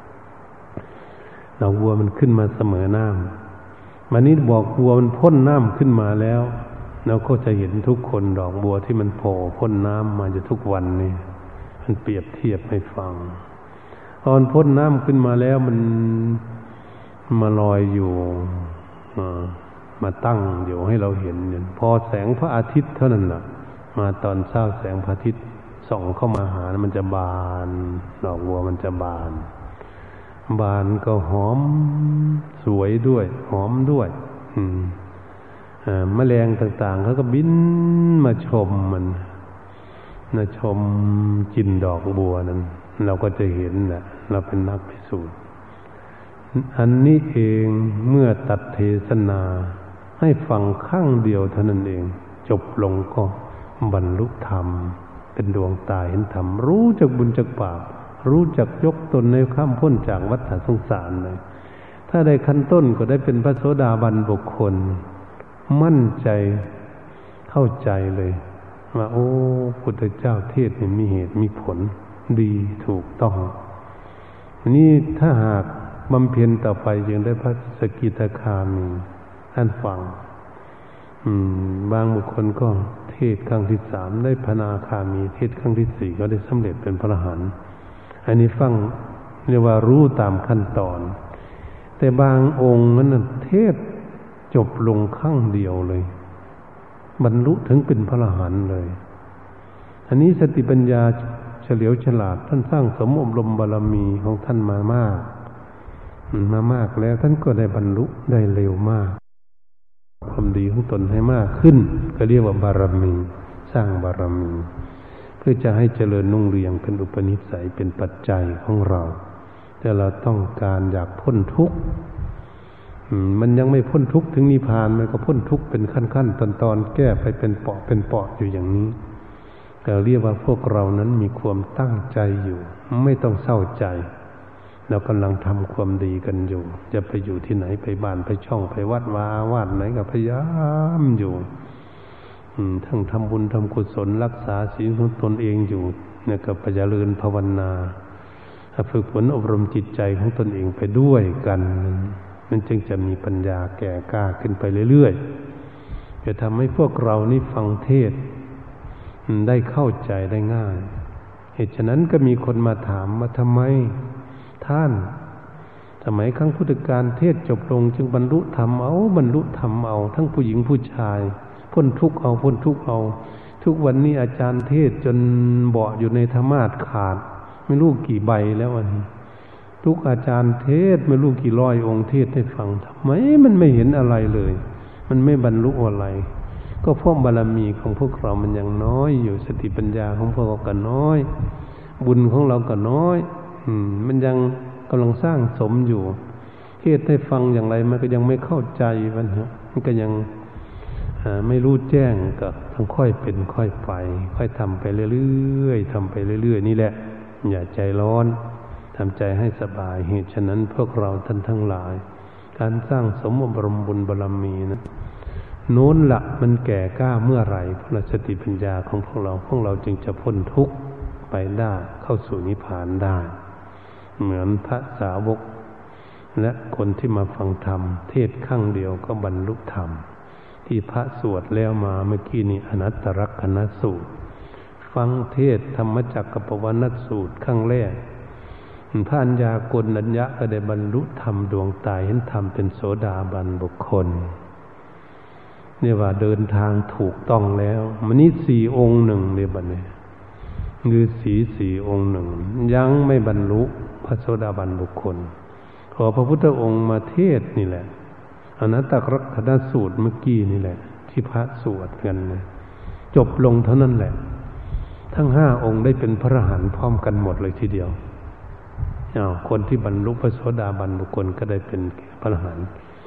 ดอกบัวมันขึ้นมาเสมอน้ำวันนี้บอกบัวมันพ่นน้ำขึ้นมาแล้วเราก็จะเห็นทุกคนดอกบัวที่มันโผล่พ่นน้ำมาอยู่ทุกวันนี่มันเปรียบเทียบให้ฟังตอนพ่นน้ำขึ้นมาแล้วมันมาลอยอยู่มาตั้งอยู่ให้เราเห็นพอแสงพระอาทิตย์เท่านั้นแหละมาตอนเช้าแสงพระอาทิตย์ส่องเข้ามาหามันจะบานดอกบัวมันจะบานบานก็หอมสวยด้วยหอมด้วยอืมอ่าแมลงต่างๆเขาก็บินมาชมมันมาชมกินดอกบัวนั้นเราก็จะเห็นแหละเราเป็นนักพิสูจน์อันนี้เองเมื่อตัดเทศนาให้ฟังข้างเดียวเท่านั้นเองจบลงก็บรรลุธรรมเป็นดวงตาเห็นธรรมรู้จักบุญจักบาปรู้จักยกตนในข้ามพ้นจากวัฏสงสารเลยถ้าได้ขั้นต้นก็ได้เป็นพระโสดาบันบุคคลมั่นใจเข้าใจเลยว่าโอ้พุทธเจ้าเทศน์นี่มีเหตุมีผลดีถูกต้องนี่ถ้าหากบำเพ็ญต่อไปจึงได้พระสกิทาคามีท่านฟังอืมบางบุคคลก็เทศครั้งที่สามได้พระอนาคามีเทศครั้งที่สี่ก็ได้สำเร็จเป็นพระอรหันต์อันนี้ฟังเรียกว่ารู้ตามขั้นตอนแต่บางองค์นั้นเทศจบลงครั้งเดียวเลยบรรลุถึงเป็นพระอรหันต์เลยอันนี้สติปัญญาเฉลียวฉลาดท่านสร้างสมอบรมบารมีของท่านมามากมามากแล้วท่านก็ได้บรรลุได้เร็วมากความดีของตนให้มากขึ้นก็เรียกว่าบารมีสร้างบารมีเพื่อจะให้เจริญรุ่งเรืองเป็นอุปนิสัยเป็นปัจจัยของเราแต่เราต้องการอยากพ้นทุกข์มันยังไม่พ้นทุกข์ถึงนิพพานมันก็พ้นทุกข์เป็นขั้นๆตอนๆแก้ไปเป็นเปาะเป็นเปาะอยู่อย่างนี้ก็เรียกว่าพวกเรานั้นมีความตั้งใจอยู่ไม่ต้องเศร้าใจเรากำลังทำความดีกันอยู่จะไปอยู่ที่ไหนไปบ้านไปช่องไปวัดวาอาวาสไหนก็พยายามอยู่ทั้งทำบุญทำกุศลรักษาศีลของตนเองอยู่เนี่ยก็พยายามเจริญภาวนาฝึกฝนอบรมจิตใจของตนเองไปด้วยกันมันจึงจะมีปัญญาแก่กล้าขึ้นไปเรื่อยๆจะทำให้พวกเรานี่ฟังเทศได้เข้าใจได้ง่ายเหตุฉะนั้นก็มีคนมาถามว่าทำไมท่านสมัยครั้งพุทธกาลเทศจบลงจึงบรรลุธรรมเอาบรรลุธรรมเอาทั้งผู้หญิงผู้ชายพ้นทุกข์เอาพ้นทุกข์เอาทุกวันนี้อาจารย์เทศจนเบาะอยู่ในธรรมาสขาดไม่รู้กี่ใบแล้วอันนี้ทุกอาจารย์เทศไม่รู้กี่ร้อยองค์เทศให้ฟังทำไมมันไม่เห็นอะไรเลยมันไม่บรรลุอะไรก็เพราะบารมีของพวกเรามันยังน้อยอยู่สติปัญญาของพวกเราก็น้อยบุญของเราก็น้อยอืมมันยังกำลังสร้างสมอยู่เทศให้ฟังอย่างไรมันก็ยังไม่เข้าใจมันฮะมันก็ยังไม่รู้แจ้งก็ต้องค่อยเป็นค่อยไปค่อยทำไปเรื่อยๆทำไปเรื่อยๆนี่แหละอย่าใจร้อนทำใจให้สบายเหตุฉะนั้นพวกเราท่านทั้งหลายการสร้างสมอบรมบุญบารมีนะโน้นละมันแก่กล้าเมื่อไหร่พระสติปัญญาของพวกเราพวกเราจึงจะพ้นทุกข์ไปได้เข้าสู่นิพพานได้เหมือนพระสาวกและคนที่มาฟังธรรมเทศครั้งเดียวก็บรรลุธรรมที่พระสวดแล้วมาเมื่อกี้นี้อนัตตลักขณสูตรฟังเทศธรรมจักรปวัณณสูตรครั้งแรกพระอัญญากลนัญญะก็ได้บรรลุธรรมดวงตาเห็นธรรมเป็นโสดาบันบุคคลเนี่ยว่าเดินทางถูกต้องแล้วมันนี่สี่องค์หนึ่งเลยบัดนี้ฤาษีสี่องค์หนึ่งยังไม่บรรลุพระโสดาบันบุคคลขอพระพุทธองค์มาเทศนี่แหละอนัตตลักขณสูตรเมื่อกี้นี่แหละที่พระสวดกันนะจบลงเท่านั้นแหละทั้งห้าองค์ได้เป็นพระอรหันต์พร้อมกันหมดเลยทีเดียวอ้าวคนที่บรรลุพระโสดาบันบุคคลก็ได้เป็นพระอรหันต์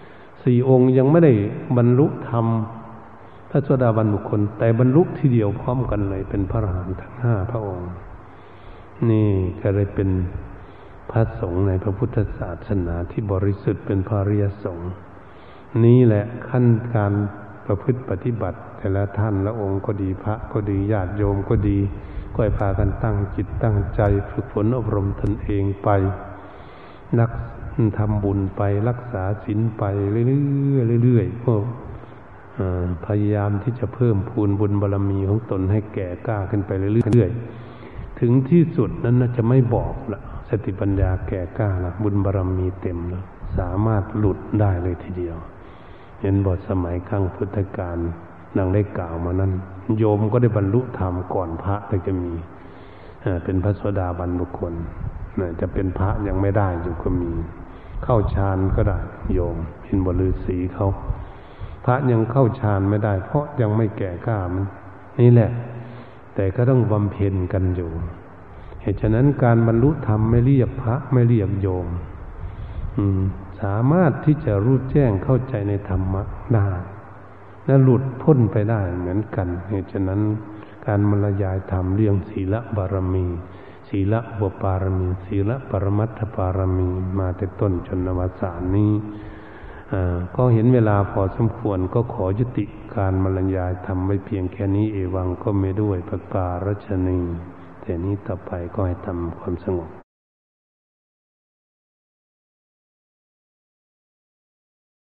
สี่องค์ยังไม่ได้บรรลุธรรมพระโสดาบันบุคคลแต่บรรลุทีเดียวพร้อมกันเลยเป็นพระอรหันต์ทั้งห้าพระองค์นี่ก็เลยเป็นพระสงฆ์ในพระพุทธศาสนาที่บริสุทธิ์เป็นพระอริยสงฆ์นี้แหละขั้นการประพฤติปฏิบัติแต่ละท่านละองค์ก็ดีพระก็ดีญาติโยมก็ดีก็ให้พากันตั้งจิตตั้งใจฝึกฝนอบรมตนเองไปนักทำบุญไปรักษาศีลไปเรื่อยๆเรื่อยๆก็พยายามที่จะเพิ่มพูนบุญบารมีของตนให้แก่กล้าขึ้นไปเรื่อยๆถึงที่สุดนั้นจะไม่บอกละสติปัญญาแก่กล้าละบุญบารมีเต็มแล้วสามารถหลุดได้เลยทีเดียวเห็นบทสมัยครั้งพุทธกาลดังได้กล่าวมานั้นโยมก็ได้บรรลุธรรมก่อนพระถึงจะมีเป็นพระโสดาบันบุคคลจะเป็นพระยังไม่ได้อยู่ก็มีเข้าฌานก็ได้โยมเห็นบทฤาษีเขาพระยังเข้าฌานไม่ได้เพราะยังไม่แก่กล้ามันนี่แหละแต่ก็ต้องบำเพ็ญกันอยู่เหตุฉะนั้นการบรรลุธรรมไม่เรียกพระไม่เรียกโยมอืมสามารถที่จะรู้แจ้งเข้าใจในธรรมะได้และหลุดพ้นไปได้เหมือนกันเหตุฉะนั้นการบรรยายธรรมเรื่องศีลบารมีศีลอุปปารมีศีลปรมัตถปารมีมาแต่ต้นจนอวสานนี้ก็เห็นเวลาพอสมควรก็ขอยุติการบรรยายธรรมไว้เพียงแค่นี้เอวังก็ไม่ด้วยประการฉนีแต่นี้ต่อไปก็ให้ทำความสงบ